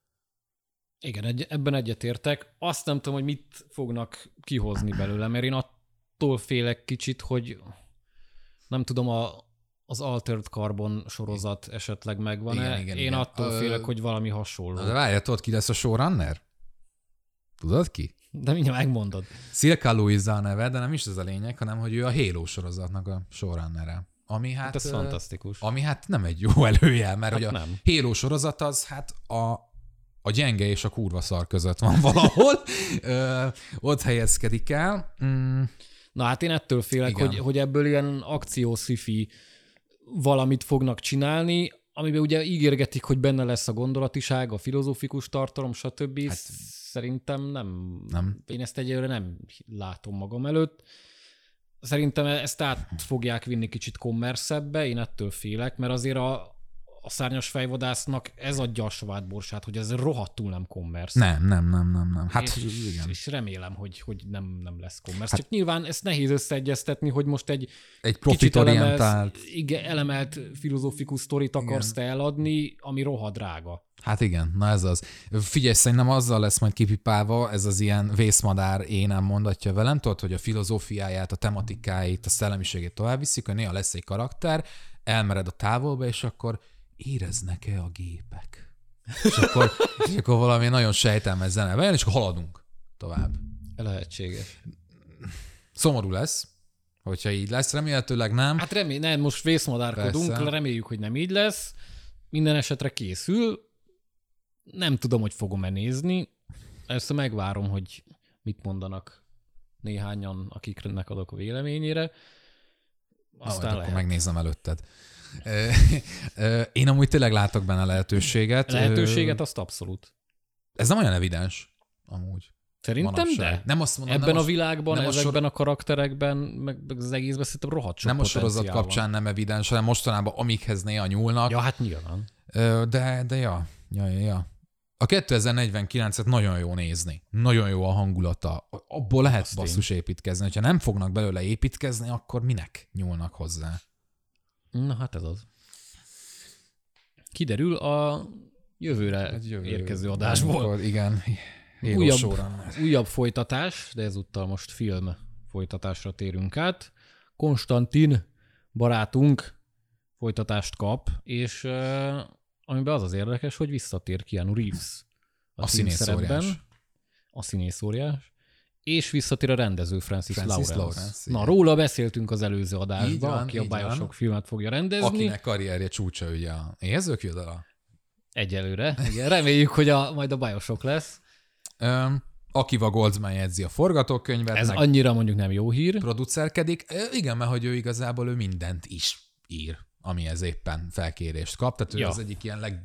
Igen, ebben egyetértek. Azt nem tudom, hogy mit fognak kihozni belőle, mert én attól félek kicsit, hogy nem tudom, az Altered Carbon sorozat esetleg megvan-e. Igen. Attól félek, hogy valami hasonló. De várjál, tudod, ki lesz a showrunner? Tudod ki? De mindjárt megmondod. Silka Louisa a neve, de nem is ez a lényeg, hanem hogy ő a Halo sorozatnak a showrunnere. Ami hát ez fantasztikus. Ami hát nem egy jó előjel, mert hát hogy a nem. Halo sorozat az hát a gyenge és a kurva szar között van valahol. Ott helyezkedik el. Na hát én ettől félek, hogy ebből ilyen akció-sci-fi valamit fognak csinálni, amiben ugye ígérgetik, hogy benne lesz a gondolatiság, a filozófikus tartalom, stb. Hát, szerintem nem. Én ezt egyelőre nem látom magam előtt. Szerintem ezt át fogják vinni kicsit kommerszebbe, én ettől félek, mert azért a Szárnyas fejvadásznak ez adja a savátborsát, hogy ez rohadtul nem kommersz. Nem. Hát, és remélem, hogy nem lesz kommersz. Hát, csak nyilván ezt nehéz összeegyeztetni, hogy most egy profitorientált elemelt filozófikus sztorit akarsz te eladni, ami rohadt drága. Hát igen, na ez az. Figyelj, szerintem azzal lesz majd kipipálva, ez az ilyen vészmadár énem mondatja velem, tudod, hogy a filozófiáját, a tematikáit, a szellemiségét tovább viszik, hogy néha lesz egy karakter, elmered a távolba, és akkor éreznek-e a gépek? És akkor valami nagyon sejtelmes zene bejön, és akkor haladunk tovább. Lehetséges. Szomorú lesz, hogyha így lesz, remélhetőleg nem. Hát nem, most vészmadárkodunk, reméljük, hogy nem így lesz. Minden esetre készül. Nem tudom, hogy fogom-e nézni. Ezt megvárom, hogy mit mondanak néhányan, akiknek adok a véleményére. Aztán akkor megnézem előtted. Én amúgy tényleg látok benne lehetőséget. Lehetőséget azt abszolút. Ez nem olyan evidens, amúgy. Szerintem de. Nem azt mondom, ebben a világban, ezekben a karakterekben, meg az egészben szerintem rohadt sok nem a sorozat kapcsán nem evidens, hanem mostanában amikhez néha nyúlnak. Ja, hát nyilván. De ja. A 2049-et nagyon jó nézni. Nagyon jó a hangulata. Abból lehet basszus építkezni. Ha nem fognak belőle építkezni, akkor minek nyúlnak hozzá? Na hát ez az. Kiderül a jövőre érkező adásból. Akkor, igen. Újabb folytatás, de ezúttal most film folytatásra térünk át. Konstantin barátunk folytatást kap, és amiben az érdekes, hogy visszatér Keanu Reeves a színészszerepben. A színészóriás. És visszatér a rendező Francis Lawrence. Na, róla beszéltünk az előző adásban, aki a BioShock filmet fogja rendezni. Akinek karrierje csúcsa ugye a éhezők jodala. Egyelőre. Igen, reméljük, hogy majd a BioShock lesz. Akiva Goldsman jegyzi a forgatókönyvet. Ez annyira mondjuk nem jó hír. Producerkedik. Igen, mert hogy ő igazából mindent is ír, amihez éppen felkérést kap. Tehát ő az egyik ilyen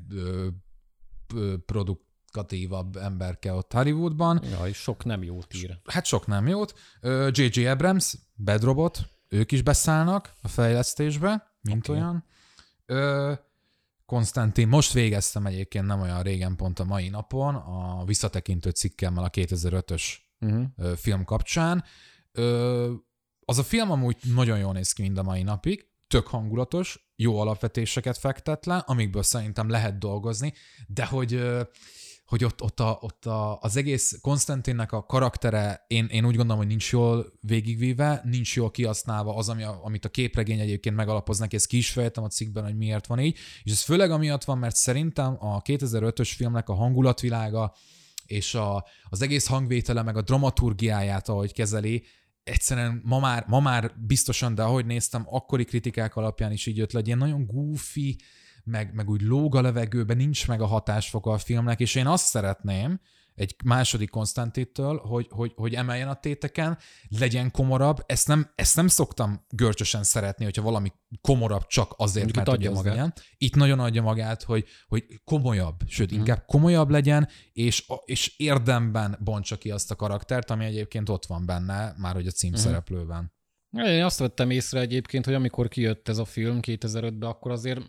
legprodukatívabb emberke ott Hollywoodban. Ja, és sok nem jót ír. Hát sok nem jót. J.J. Abrams, Bad Robot, ők is beszállnak a fejlesztésbe, mint olyan. Konstantin, most végeztem egyébként nem olyan régen, pont a mai napon, a visszatekintő cikkemmel a 2005-ös film kapcsán. Az a film amúgy nagyon jól néz ki mind a mai napig, tök hangulatos, jó alapvetéseket fektet le, amikből szerintem lehet dolgozni, de hogy ott az egész Konstantinnek a karaktere, én úgy gondolom, hogy nincs jól végigvíve, nincs jól kihasználva az, amit a képregény egyébként megalapoznak, ezt ki is fejtem a cikkben, hogy miért van így, és ez főleg amiatt van, mert szerintem a 2005-ös filmnek a hangulatvilága és az egész hangvétele, meg a dramaturgiáját, ahogy kezeli, egyszerűen ma már biztosan, de ahogy néztem, akkori kritikák alapján is így jött le, egy ilyen nagyon goofy, meg úgy lóg a levegőben, nincs meg a hatásfoka a filmnek, és én azt szeretném egy második Konstantintől, hogy emeljen a téteken, legyen komorabb. Ezt nem szoktam görcsösen szeretni, hogyha valami komorabb csak azért, mert adja magát. Legyen. Itt nagyon adja magát, hogy komolyabb, sőt, inkább komolyabb legyen, és érdemben bontsa ki azt a karaktert, ami egyébként ott van benne, már hogy a címszereplőben. Én azt vettem észre egyébként, hogy amikor kijött ez a film 2005-ben, akkor azért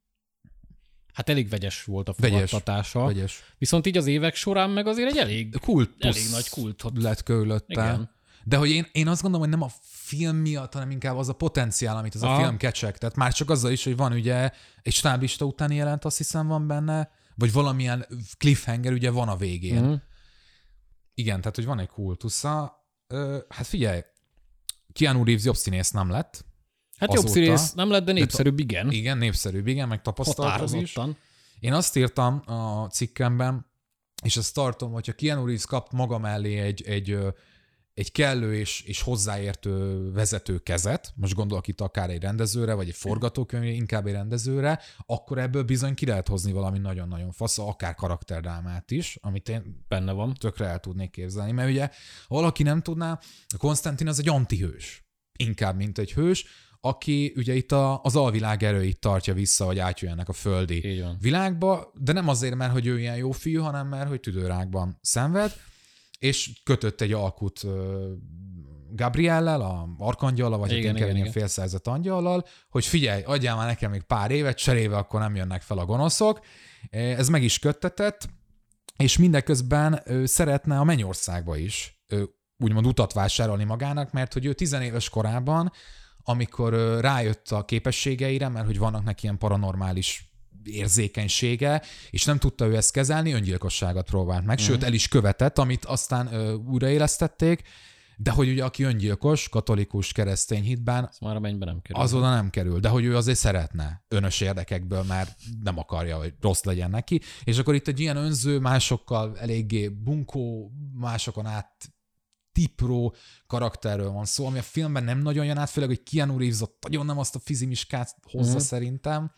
hát elég vegyes volt a fogadtatása. Vegyes. Viszont így az évek során meg azért egy elég nagy kultot lett körülötte. Igen. De hogy én azt gondolom, hogy nem a film miatt, hanem inkább az a potenciál, amit az a film kecseg. Tehát már csak azzal is, hogy van ugye egy stáblista utáni jelent, azt hiszem van benne, vagy valamilyen cliffhanger ugye van a végén. Igen, tehát hogy van egy kultusza. Hát figyelj, Keanu Reeves jobb színész nem lett. Hát jobb színész nem lett, de népszerűbb, igen. Igen, népszerűbb, igen, meg tapasztalt is. Én azt írtam a cikkemben, és ezt tartom, hogyha Keanu Reeves kap maga mellé egy kellő és hozzáértő vezető kezet, most gondolok itt akár egy rendezőre, vagy egy forgatókönyvre, inkább egy rendezőre, akkor ebből bizony ki lehet hozni valami nagyon-nagyon fasz, akár karakterdrámát is, amit én benne van. Tökre el tudnék képzelni, mert ugye, ha valaki nem tudná, a Konstantin az egy antihős, inkább, mint egy hős, aki ugye itt az alvilág erőit tartja vissza, hogy átjöjjenek a földi világba, de nem azért, mert hogy ő ilyen jó fiú, hanem mert hogy tüdőrákban szenved, és kötött egy alkut Gabriellel, a arkangyallal, vagy inkább ilyen félszerzett angyallal, hogy figyelj, adjál már nekem még pár évet, cserébe akkor nem jönnek fel a gonoszok. Ez meg is köttetett, és mindeközben szeretne a Mennyországba is úgymond utat vásárolni magának, mert hogy ő 10 éves korában, amikor rájött a képességeire, mert hogy vannak neki ilyen paranormális érzékenysége, és nem tudta ő ezt kezelni, öngyilkosságot próbált meg, sőt el is követett, amit aztán újraélesztették, de hogy ugye aki öngyilkos, katolikus, keresztény hitben, az már a mennybe nem kerül. Az oda nem kerül, de hogy ő azért szeretne önös érdekekből, már nem akarja, hogy rossz legyen neki, és akkor itt egy ilyen önző, másokkal eléggé bunkó, másokon át tipró karakterről van szó, ami a filmben nem nagyon jön át, főleg, hogy Keanu Reeves ott nagyon nem azt a fizimiskát hozza szerintem,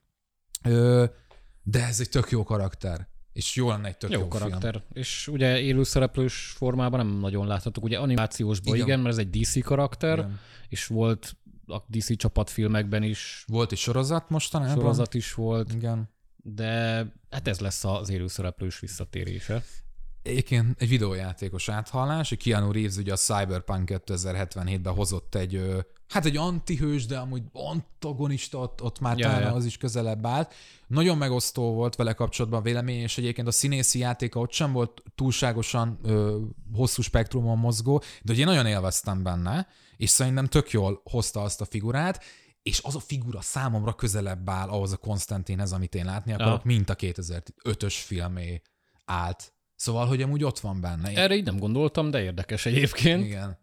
de ez egy tök jó karakter, és jó lenne egy tök jó karakter. Film. És ugye élőszereplős formában nem nagyon láthatok, ugye animációsban igen, mert ez egy DC karakter, és volt a DC csapatfilmekben is. Volt egy sorozat mostanában. Sorozat is volt. Igen. De hát ez lesz az élőszereplős visszatérése. Egyébként egy videójátékos áthallás, hogy Keanu Reeves ugye a Cyberpunk 2077-ben hozott egy antihős, de amúgy antagonista, ott már talán az is közelebb állt. Nagyon megosztó volt vele kapcsolatban a vélemény, és egyébként a színészi játéka ott sem volt túlságosan hosszú spektrumon mozgó, de ugye én nagyon élveztem benne, és szerintem tök jól hozta azt a figurát, és az a figura számomra közelebb áll ahhoz a Konstantinhez, amit én látni akarok, mint a 2005-ös filmé állt. Szóval, hogy amúgy ott van benne. Erre így nem gondoltam, de érdekes egyébként. Igen.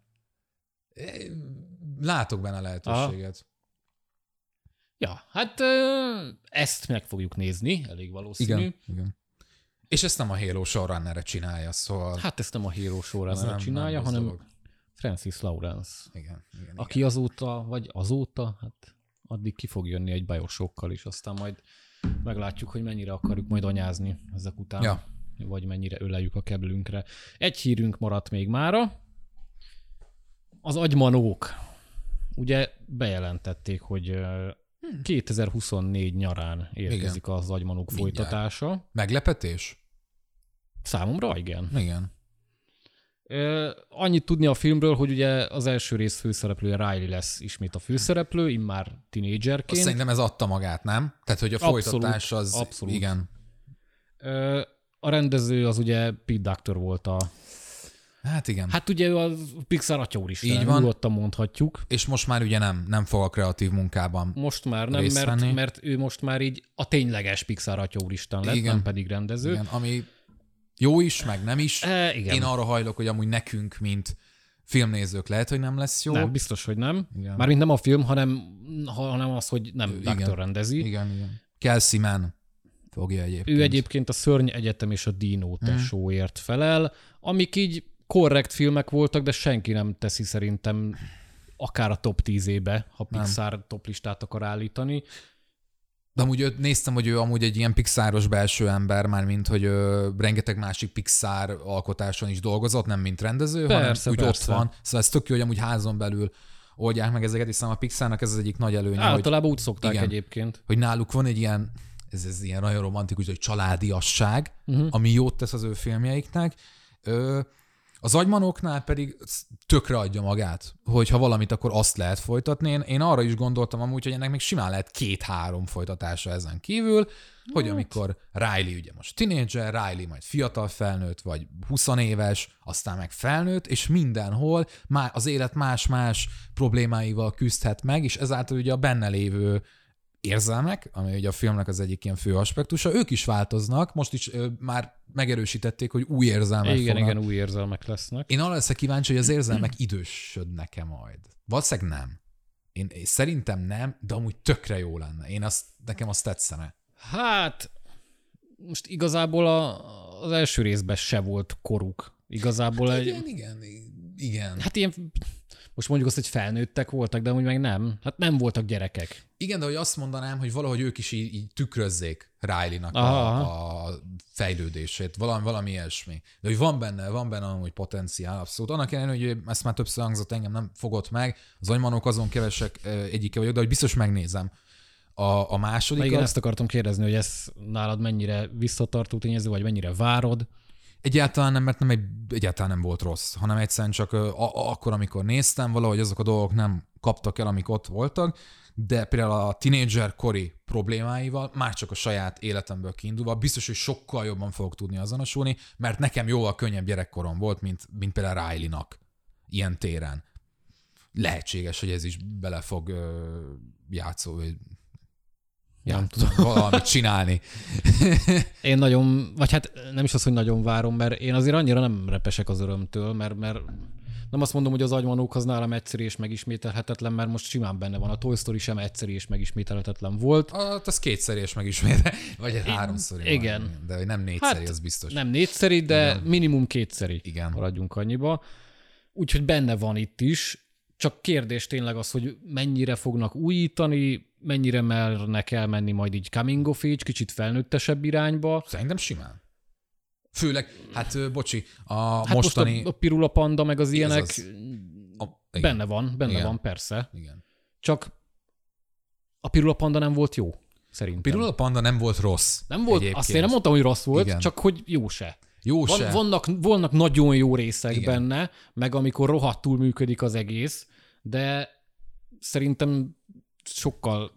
Látok benne lehetőséget. Ja, hát ezt meg fogjuk nézni, elég valószínű. Igen. És ezt nem a Halo showrunner-re csinálja, szóval... Hát ezt nem a Halo showrunner-re csinálja, hanem dolog. Francis Lawrence. Igen. Aki azóta, hát addig ki fog jönni egy Bioshockkal is, aztán majd meglátjuk, hogy mennyire akarjuk majd anyázni ezek után. Ja. Vagy mennyire öleljük a keblünkre. Egy hírünk maradt még mára. Az agymanók. Ugye bejelentették, hogy 2024 nyarán érkezik az agymanók folytatása. Meglepetés? Számomra igen. Igen. Annyit tudni a filmről, hogy ugye az első rész főszereplője Riley lesz ismét a főszereplő, immár tinédzserként. Szerintem ez adta magát, nem? Tehát, hogy a folytatás az... Abszolút. Igen. A rendező az ugye Pete Docter volt a... Hát igen. Hát ugye a Pixar atya úristen, nyugodtan mondhatjuk. És most már ugye nem fog a kreatív munkában most már nem, mert ő most már így a tényleges Pixar atya úristen lett, nem pedig rendező. Igen, ami jó is, meg nem is. Igen. Én arra hajlok, hogy amúgy nekünk, mint filmnézők lehet, hogy nem lesz jó. Nem, biztos, hogy nem. Igen. Mármint nem a film, hanem az, hogy nem Docter rendezi. Igen. Kelsey Mann fogja egyébként. Ő egyébként a Szörny Egyetem és a Dino tesóért felel, amik így korrekt filmek voltak, de senki nem teszi szerintem akár a top 10-ébe, ha Pixar top listát akar állítani. De amúgy néztem, hogy ő amúgy egy ilyen Pixaros belső ember, már mint hogy rengeteg másik Pixar alkotáson is dolgozott, nem mint rendező, hanem úgy ott van. Szóval ez tök jó, hogy amúgy házon belül oldják meg ezeket, hiszen a Pixarnak ez az egyik nagy előnye. Általában úgy szokták egyébként. Hogy náluk van egy ilyen, ez ilyen nagyon romantikus, hogy családiasság, ami jót tesz az ő filmjeiknek. Az agymanóknál pedig tökre adja magát, hogy ha valamit, akkor azt lehet folytatni. Én arra is gondoltam amúgy, hogy ennek még simán lehet 2-3 folytatása ezen kívül, hogy amikor Riley ugye most tínédzser, Riley majd fiatal felnőtt, vagy 20 éves, aztán meg felnőtt, és mindenhol már az élet más-más problémáival küzdhet meg, és ezáltal ugye a benne lévő érzelmek, ami ugye a filmnek az egyik ilyen fő aspektusa, ők is változnak, most is már megerősítették, hogy új érzelmek fognak. Igen, új érzelmek lesznek. Én arra leszek kíváncsi, hogy az érzelmek idősödnek-e majd. Valószínűleg nem. Én szerintem nem, de amúgy tökre jó lenne. Nekem azt tetszene. Hát, most igazából az első részben se volt koruk. Igazából hát igen. Hát ilyen... Most mondjuk azt, hogy felnőttek voltak, de amúgy meg nem. Hát nem voltak gyerekek. Igen, de hogy azt mondanám, hogy valahogy ők is így tükrözzék Riley-nak a fejlődését. Valami ilyesmi. De hogy van benne amúgy potenciál, abszolút. Annak ellenére, hogy ezt már többször hangzott, engem nem fogott meg. Az agymanók azon kevesek egyike vagyok, de hogy biztos megnézem. A másodikat... Igen, ezt akartam kérdezni, hogy ez nálad mennyire visszatartó tényező, vagy mennyire várod? Egyáltalán nem, mert egyáltalán nem volt rossz, hanem egyszerűen csak akkor, amikor néztem, valahogy azok a dolgok nem kaptak el, amik ott voltak, de például a tínédzser kori problémáival, már csak a saját életemből kiindulva, biztos, hogy sokkal jobban fogok tudni azonosulni, mert nekem jóval könnyebb gyerekkorom volt, mint például Riley-nak ilyen téren. Lehetséges, hogy ez is bele fog játszódni. Nem tudom valamit csinálni. Én nagyon, vagy hát nem is az, hogy nagyon várom, mert én azért annyira nem repesek az örömtől, mert nem azt mondom, hogy az agymanók az nálam egyszerű és megismételhetetlen, mert most simán benne van. A Toy Story sem egyszerű és megismételhetetlen volt. Az 2-szer és megismétel, vagy 3-szor. Igen. De nem 4-szeri, az biztos. Nem 4-szeri, de igen. Minimum 2-szeri. Igen. Maradjunk annyiba. Úgyhogy benne van itt is. Csak kérdés tényleg az, hogy mennyire fognak újítani, mennyire mernek elmenni majd így coming of age, kicsit felnőttesebb irányba. Szerintem simán. Főleg, bocsi, mostani... Most a Pirula Panda meg az ilyenek benne van, persze. Igen. Csak a Pirula Panda nem volt jó, szerintem. Pirula Panda nem volt rossz. Nem volt, azt én nem mondtam, hogy rossz volt, igen. Csak hogy jó se. Jó se. Vannak nagyon jó részek benne, meg amikor rohadtul működik az egész, de szerintem sokkal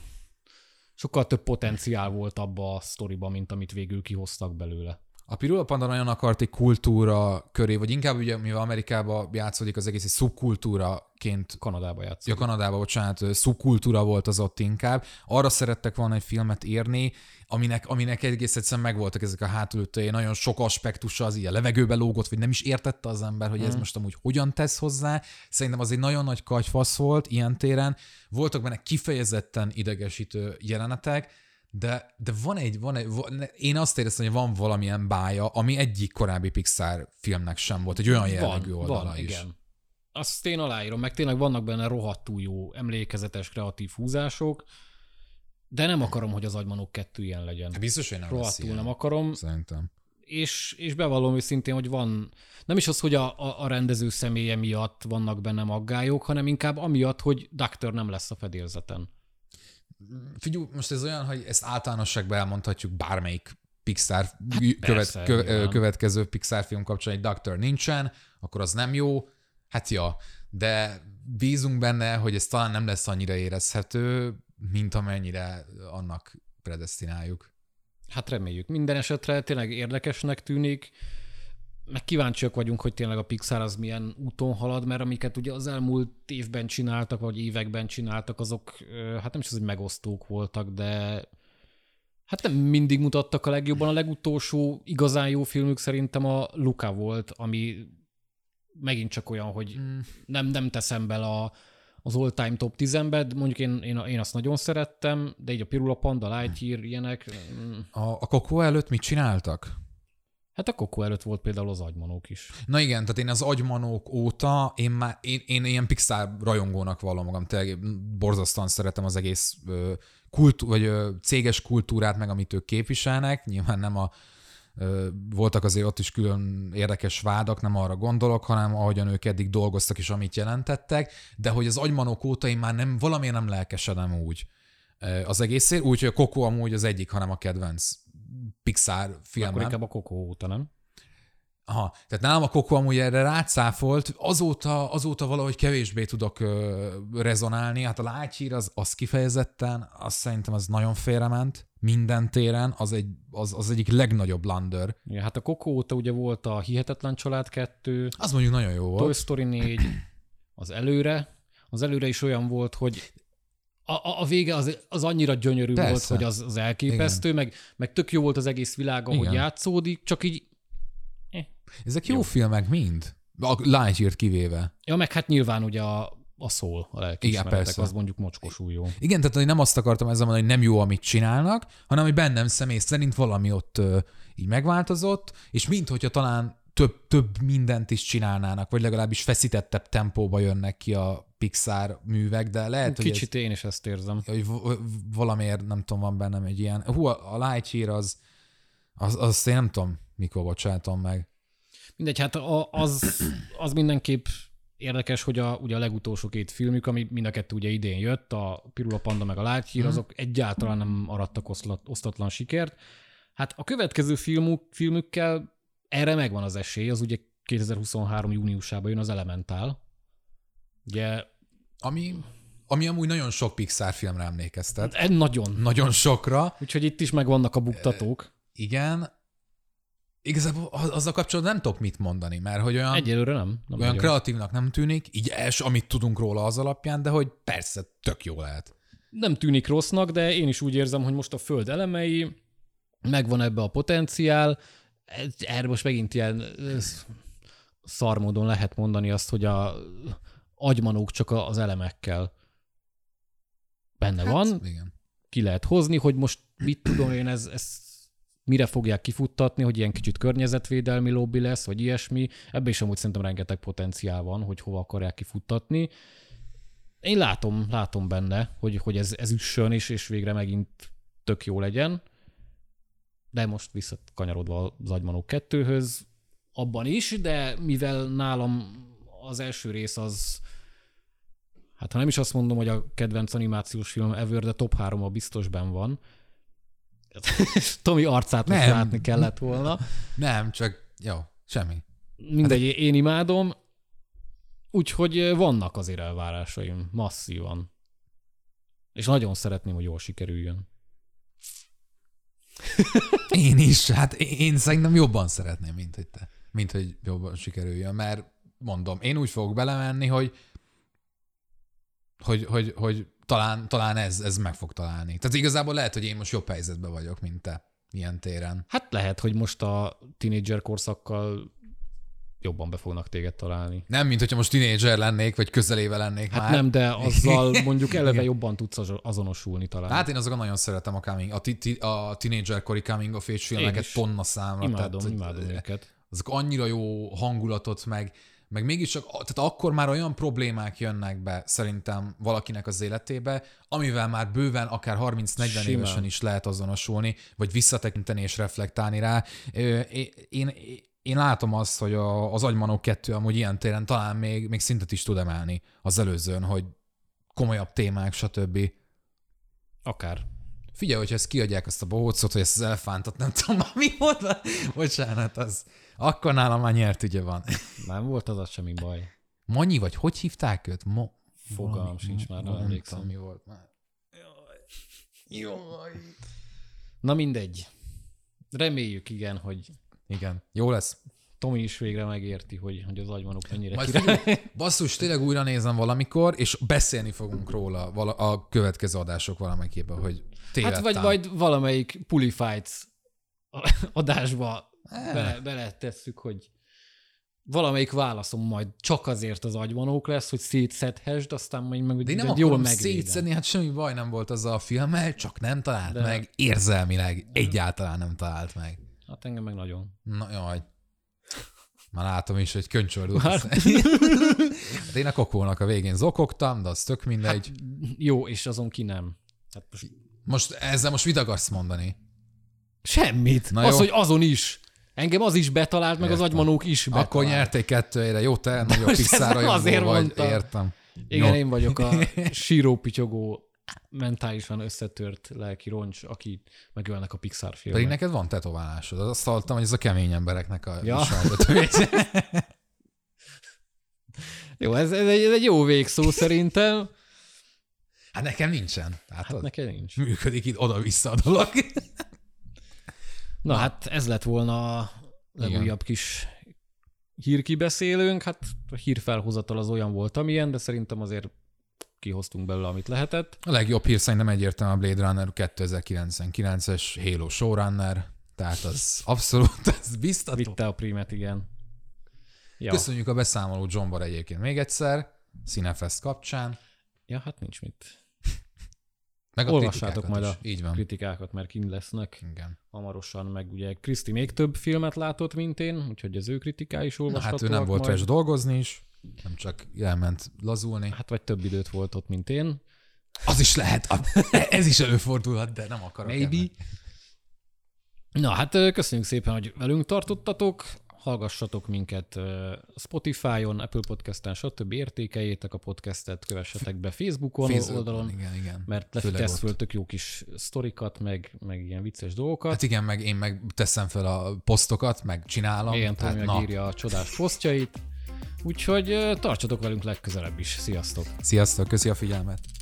több potenciál volt abba a sztoriba, mint amit végül kihoztak belőle. A Pirula Panda nagyon akart egy kultúra köré, vagy inkább ugye, mivel Amerikában játszódik az egész, egy szubkultúraként. Kanadában játszódik. Ja, Kanadában, bocsánat, szubkultúra volt az ott inkább. Arra szerettek volna egy filmet írni, aminek egész egyszerűen megvoltak ezek a hátulütői, nagyon sok aspektusa, az így a levegőbe lógott, vagy nem is értette az ember, hogy ez most amúgy hogyan tesz hozzá. Szerintem az egy nagyon nagy kagyfasz volt ilyen téren. Voltak benne kifejezetten idegesítő jelenetek, de van én azt éreztem, hogy van valamilyen bája, ami egyik korábbi Pixar filmnek sem volt, egy olyan jellegű oldala van, is. Igen. Azt én aláírom, meg tényleg vannak benne rohadtul jó, emlékezetes, kreatív húzások, de nem akarom, hogy az Agymanók 2 ilyen legyen. Biztos, hogy nem lesz rohadtul ilyen. Nem akarom. Szerintem. És bevallom őszintén, hogy van, nem is az, hogy a rendező személye miatt vannak benne aggályok, hanem inkább amiatt, hogy Doctor nem lesz a fedélzeten. Figyelj, most ez olyan, hogy ezt általánosságban elmondhatjuk bármelyik Pixar következő Pixar film kapcsán, egy Doctor nincsen, akkor az nem jó. Hát ja, de bízunk benne, hogy ez talán nem lesz annyira érezhető, mint amennyire annak predesztináljuk. Hát reméljük. Minden esetre tényleg érdekesnek tűnik, meg kíváncsiak vagyunk, hogy tényleg a Pixar az milyen úton halad, mert amiket ugye az elmúlt évben csináltak, vagy években csináltak, azok hát nem is az, hogy megosztók voltak, de hát nem mindig mutattak a legjobban. A legutolsó igazán jó filmük szerintem a Luca volt, ami megint csak olyan, hogy nem teszem bele az all-time top 10-be, de mondjuk én azt nagyon szerettem, de így a Pirula Panda, Lightyear, ilyenek. A Coco előtt mit csináltak? Hát a Coco előtt volt például az Agymanók is. Na igen, tehát én az Agymanók óta, én ilyen Pixar rajongónak vallom magam, tényleg borzasztóan szeretem az egész céges kultúrát, meg amit ők képviselnek, nyilván nem voltak azért ott is külön érdekes vádak, nem arra gondolok, hanem ahogyan ők eddig dolgoztak és amit jelentettek, de hogy az Agymanók óta én már valamiért nem lelkesedem úgy az egészért, úgyhogy a Coco amúgy az egyik, hanem a kedvenc Pixar filmem. Akkor inkább a Coco óta, nem? Aha, tehát nálam a Coco amúgy erre rácáfolt, azóta valahogy kevésbé tudok rezonálni, hát a Lightyear az kifejezetten, azt szerintem az nagyon félrement minden téren, az egyik legnagyobb blunder. Ja, hát a Coco óta ugye volt a Hihetetlen Család 2, az mondjuk nagyon jó volt. Toy Story 4, az előre is olyan volt, hogy a vége az annyira gyönyörű volt, hogy az elképesztő, meg tök jó volt az egész világ, ahogy játszódik, csak így... Ezek jó filmek mind? A Lightyear kivéve. Ja, meg hát nyilván ugye a Soul, a lelkiismeretek, az mondjuk mocskosul jó. Igen, tehát hogy nem azt akartam ezzel mondani, hogy nem jó, amit csinálnak, hanem hogy bennem személy szerint valami ott így megváltozott, és minthogyha talán több mindent is csinálnának, vagy legalábbis feszítettebb tempóba jönnek ki a Pixar művek, de lehet, hogy kicsit én is ezt érzem. Hogy valamiért, nem tudom, van bennem egy ilyen... a Lightyear az én nem tudom, mikor bocsátom meg. Mindegy, hát az mindenképp érdekes, hogy ugye a legutolsó 2 filmük, ami mind a kettő ugye idén jött, a Pirula Panda meg a Lightyear, azok egyáltalán nem arattak osztatlan sikert. Hát a következő filmükkel erre megvan az esély, az ugye 2023. júniusában jön az Elementál. Ugye... Ami amúgy nagyon sok Pixar filmre emlékeztet. Nagyon. Nagyon sokra. Úgyhogy itt is megvannak a buktatók. Igen. Igazából azzal kapcsolatban nem tudok mit mondani, mert hogy olyan... Egyelőre nem olyan nagyon kreatívnak nem tűnik, így amit tudunk róla az alapján, de hogy persze, tök jó lehet. Nem tűnik rossznak, de én is úgy érzem, hogy most a föld elemei, megvan ebbe a potenciál, erre most megint ilyen szarmódon lehet mondani azt, hogy a Agymanók csak az elemekkel benne van. Igen. Ki lehet hozni, hogy most mit tudom én, ez mire fogják kifuttatni, hogy ilyen kicsit környezetvédelmi lobby lesz, vagy ilyesmi. Ebben is amúgy szerintem rengeteg potenciál van, hogy hova akarják kifuttatni. Én látom benne, hogy ez üssön is, és végre megint tök jó legyen. De most visszakanyarodva az Agymanók 2-höz, abban is, de mivel nálam az első rész az, hát ha nem is azt mondom, hogy a kedvenc animációs film ever, de top 3-a biztos benn van. Tomi arcát most látni kellett volna. Nem, csak Jó, semmi. Mindegy, én imádom, úgyhogy vannak azért elvárásaim, masszívan. És nagyon szeretném, hogy jól sikerüljön. Én is, hát én szerintem jobban szeretném, mint hogy te. Mint hogy jobban sikerüljön, mert mondom, én úgy fogok belemenni, hogy talán ez meg fog találni. Tehát igazából lehet, hogy én most jobb helyzetben vagyok, mint te ilyen téren. Hát lehet, hogy most a tínédzser korszakkal jobban be fognak téged találni. Nem, mint hogyha most tínédzser lennék, vagy közelével lennék hát már. Nem, de azzal mondjuk eleve jobban tudsz azonosulni talán. Hát én azokat nagyon szeretem a tínédzserkori coming of age filmeket tonna számra. Imádom őket. Azok annyira jó hangulatot, meg mégiscsak, tehát akkor már olyan problémák jönnek be szerintem valakinek az életébe, amivel már bőven akár 30-40 évesen is lehet azonosulni, vagy visszatekinteni és reflektálni rá. Én látom azt, hogy az Agymanók 2 amúgy ilyen téren talán még szintet is tud emelni az előzőn, hogy komolyabb témák, stb. Akár. Figyelj, hogyha ezt kiadják azt a bohócot, hogy ezt az elefántot nem tudom, mi volt. Bocsánat, akkor nálam már nyert ügye van. Nem volt az semmi baj. Manyi, vagy hogy hívták őt? Fogalmam sincs már, nem emlékszem. Mi volt már. Jaj. Na mindegy. Reméljük, igen, hogy... Igen, jó lesz. Tomi is végre megérti, hogy az Agymanók mennyire király. Basszus, tényleg újra nézem valamikor, és beszélni fogunk róla a következő adások valamelyikében, hogy tévedtem. Hát vagy majd valamelyik Puli Fights adásba beletesszük, hogy valamelyik válaszom majd csak azért az Agymanók lesz, hogy szétszedhessd, aztán majd meg de én nem jól akarom szétszedni, hát semmi baj nem volt azzal a filmmel, csak nem talált meg, érzelmileg egyáltalán nem talált meg. Hát engem meg nagyon. Na jaj. Már látom is, hogy könycsordult. Hát én a kokónak a végén zokogtam, de az tök mindegy. Hát, jó, és azon ki nem. Hát most ezzel mit akarsz mondani? Semmit. Na az, hogy azon is. Engem az is betalált, meg az Agymanók is betalált. Akkor nyertél 2-re. Jó, te nagyobb Pixar rajongó vagy, értem. Igen, jó. Én vagyok a síró-pityogó, mentálisan összetört lelki roncs, aki megölnek a Pixar filmek. Pedig neked van tetoválásod. Azt hallottam, hogy ez a kemény embereknek a Jó, ez egy jó végszó szerintem. Hát nekem nincsen. Hát nekem nincs. Működik itt oda-vissza a dolog. Na hát ez lett volna a legújabb kis hírkibeszélőnk. Hát a hírfelhozatal az olyan volt, amilyen, de szerintem azért kihoztunk belőle, amit lehetett. A legjobb hír szerintem egyértelműen a Blade Runner 2099-es Halo showrunner, tehát az abszolút, az biztató. Vitte a prímet, igen. Ja. Köszönjük a beszámolót Zsombar egyébként még egyszer, Cinefest kapcsán. Ja, hát nincs mit. Meg olvassátok majd a így van. kritikákat, mert kint lesznek. Igen. Hamarosan, meg ugye Kriszti még több filmet látott, mint én, úgyhogy az ő kritikái is olvashatóak. Hát ő nem volt vele dolgozni is, nem csak elment lazulni. Hát vagy több időt volt ott, mint én. Az is lehet, ez is előfordulhat, de nem akarok. Maybe. Na hát köszönjük szépen, hogy velünk tartottatok. Hallgassatok minket Spotify-on, Apple Podcast-en, stb. Értékeljétek a podcastet, kövessetek be Facebookon oldalon, igen. Mert letesz föl tök jó kis sztorikat, meg ilyen vicces dolgokat. Hát igen, meg én meg teszem fel a posztokat, meg csinálom. Igen, Tomi megírja a csodás posztjait. Úgyhogy tartsatok velünk legközelebb is. Sziasztok! Sziasztok, köszi a figyelmet!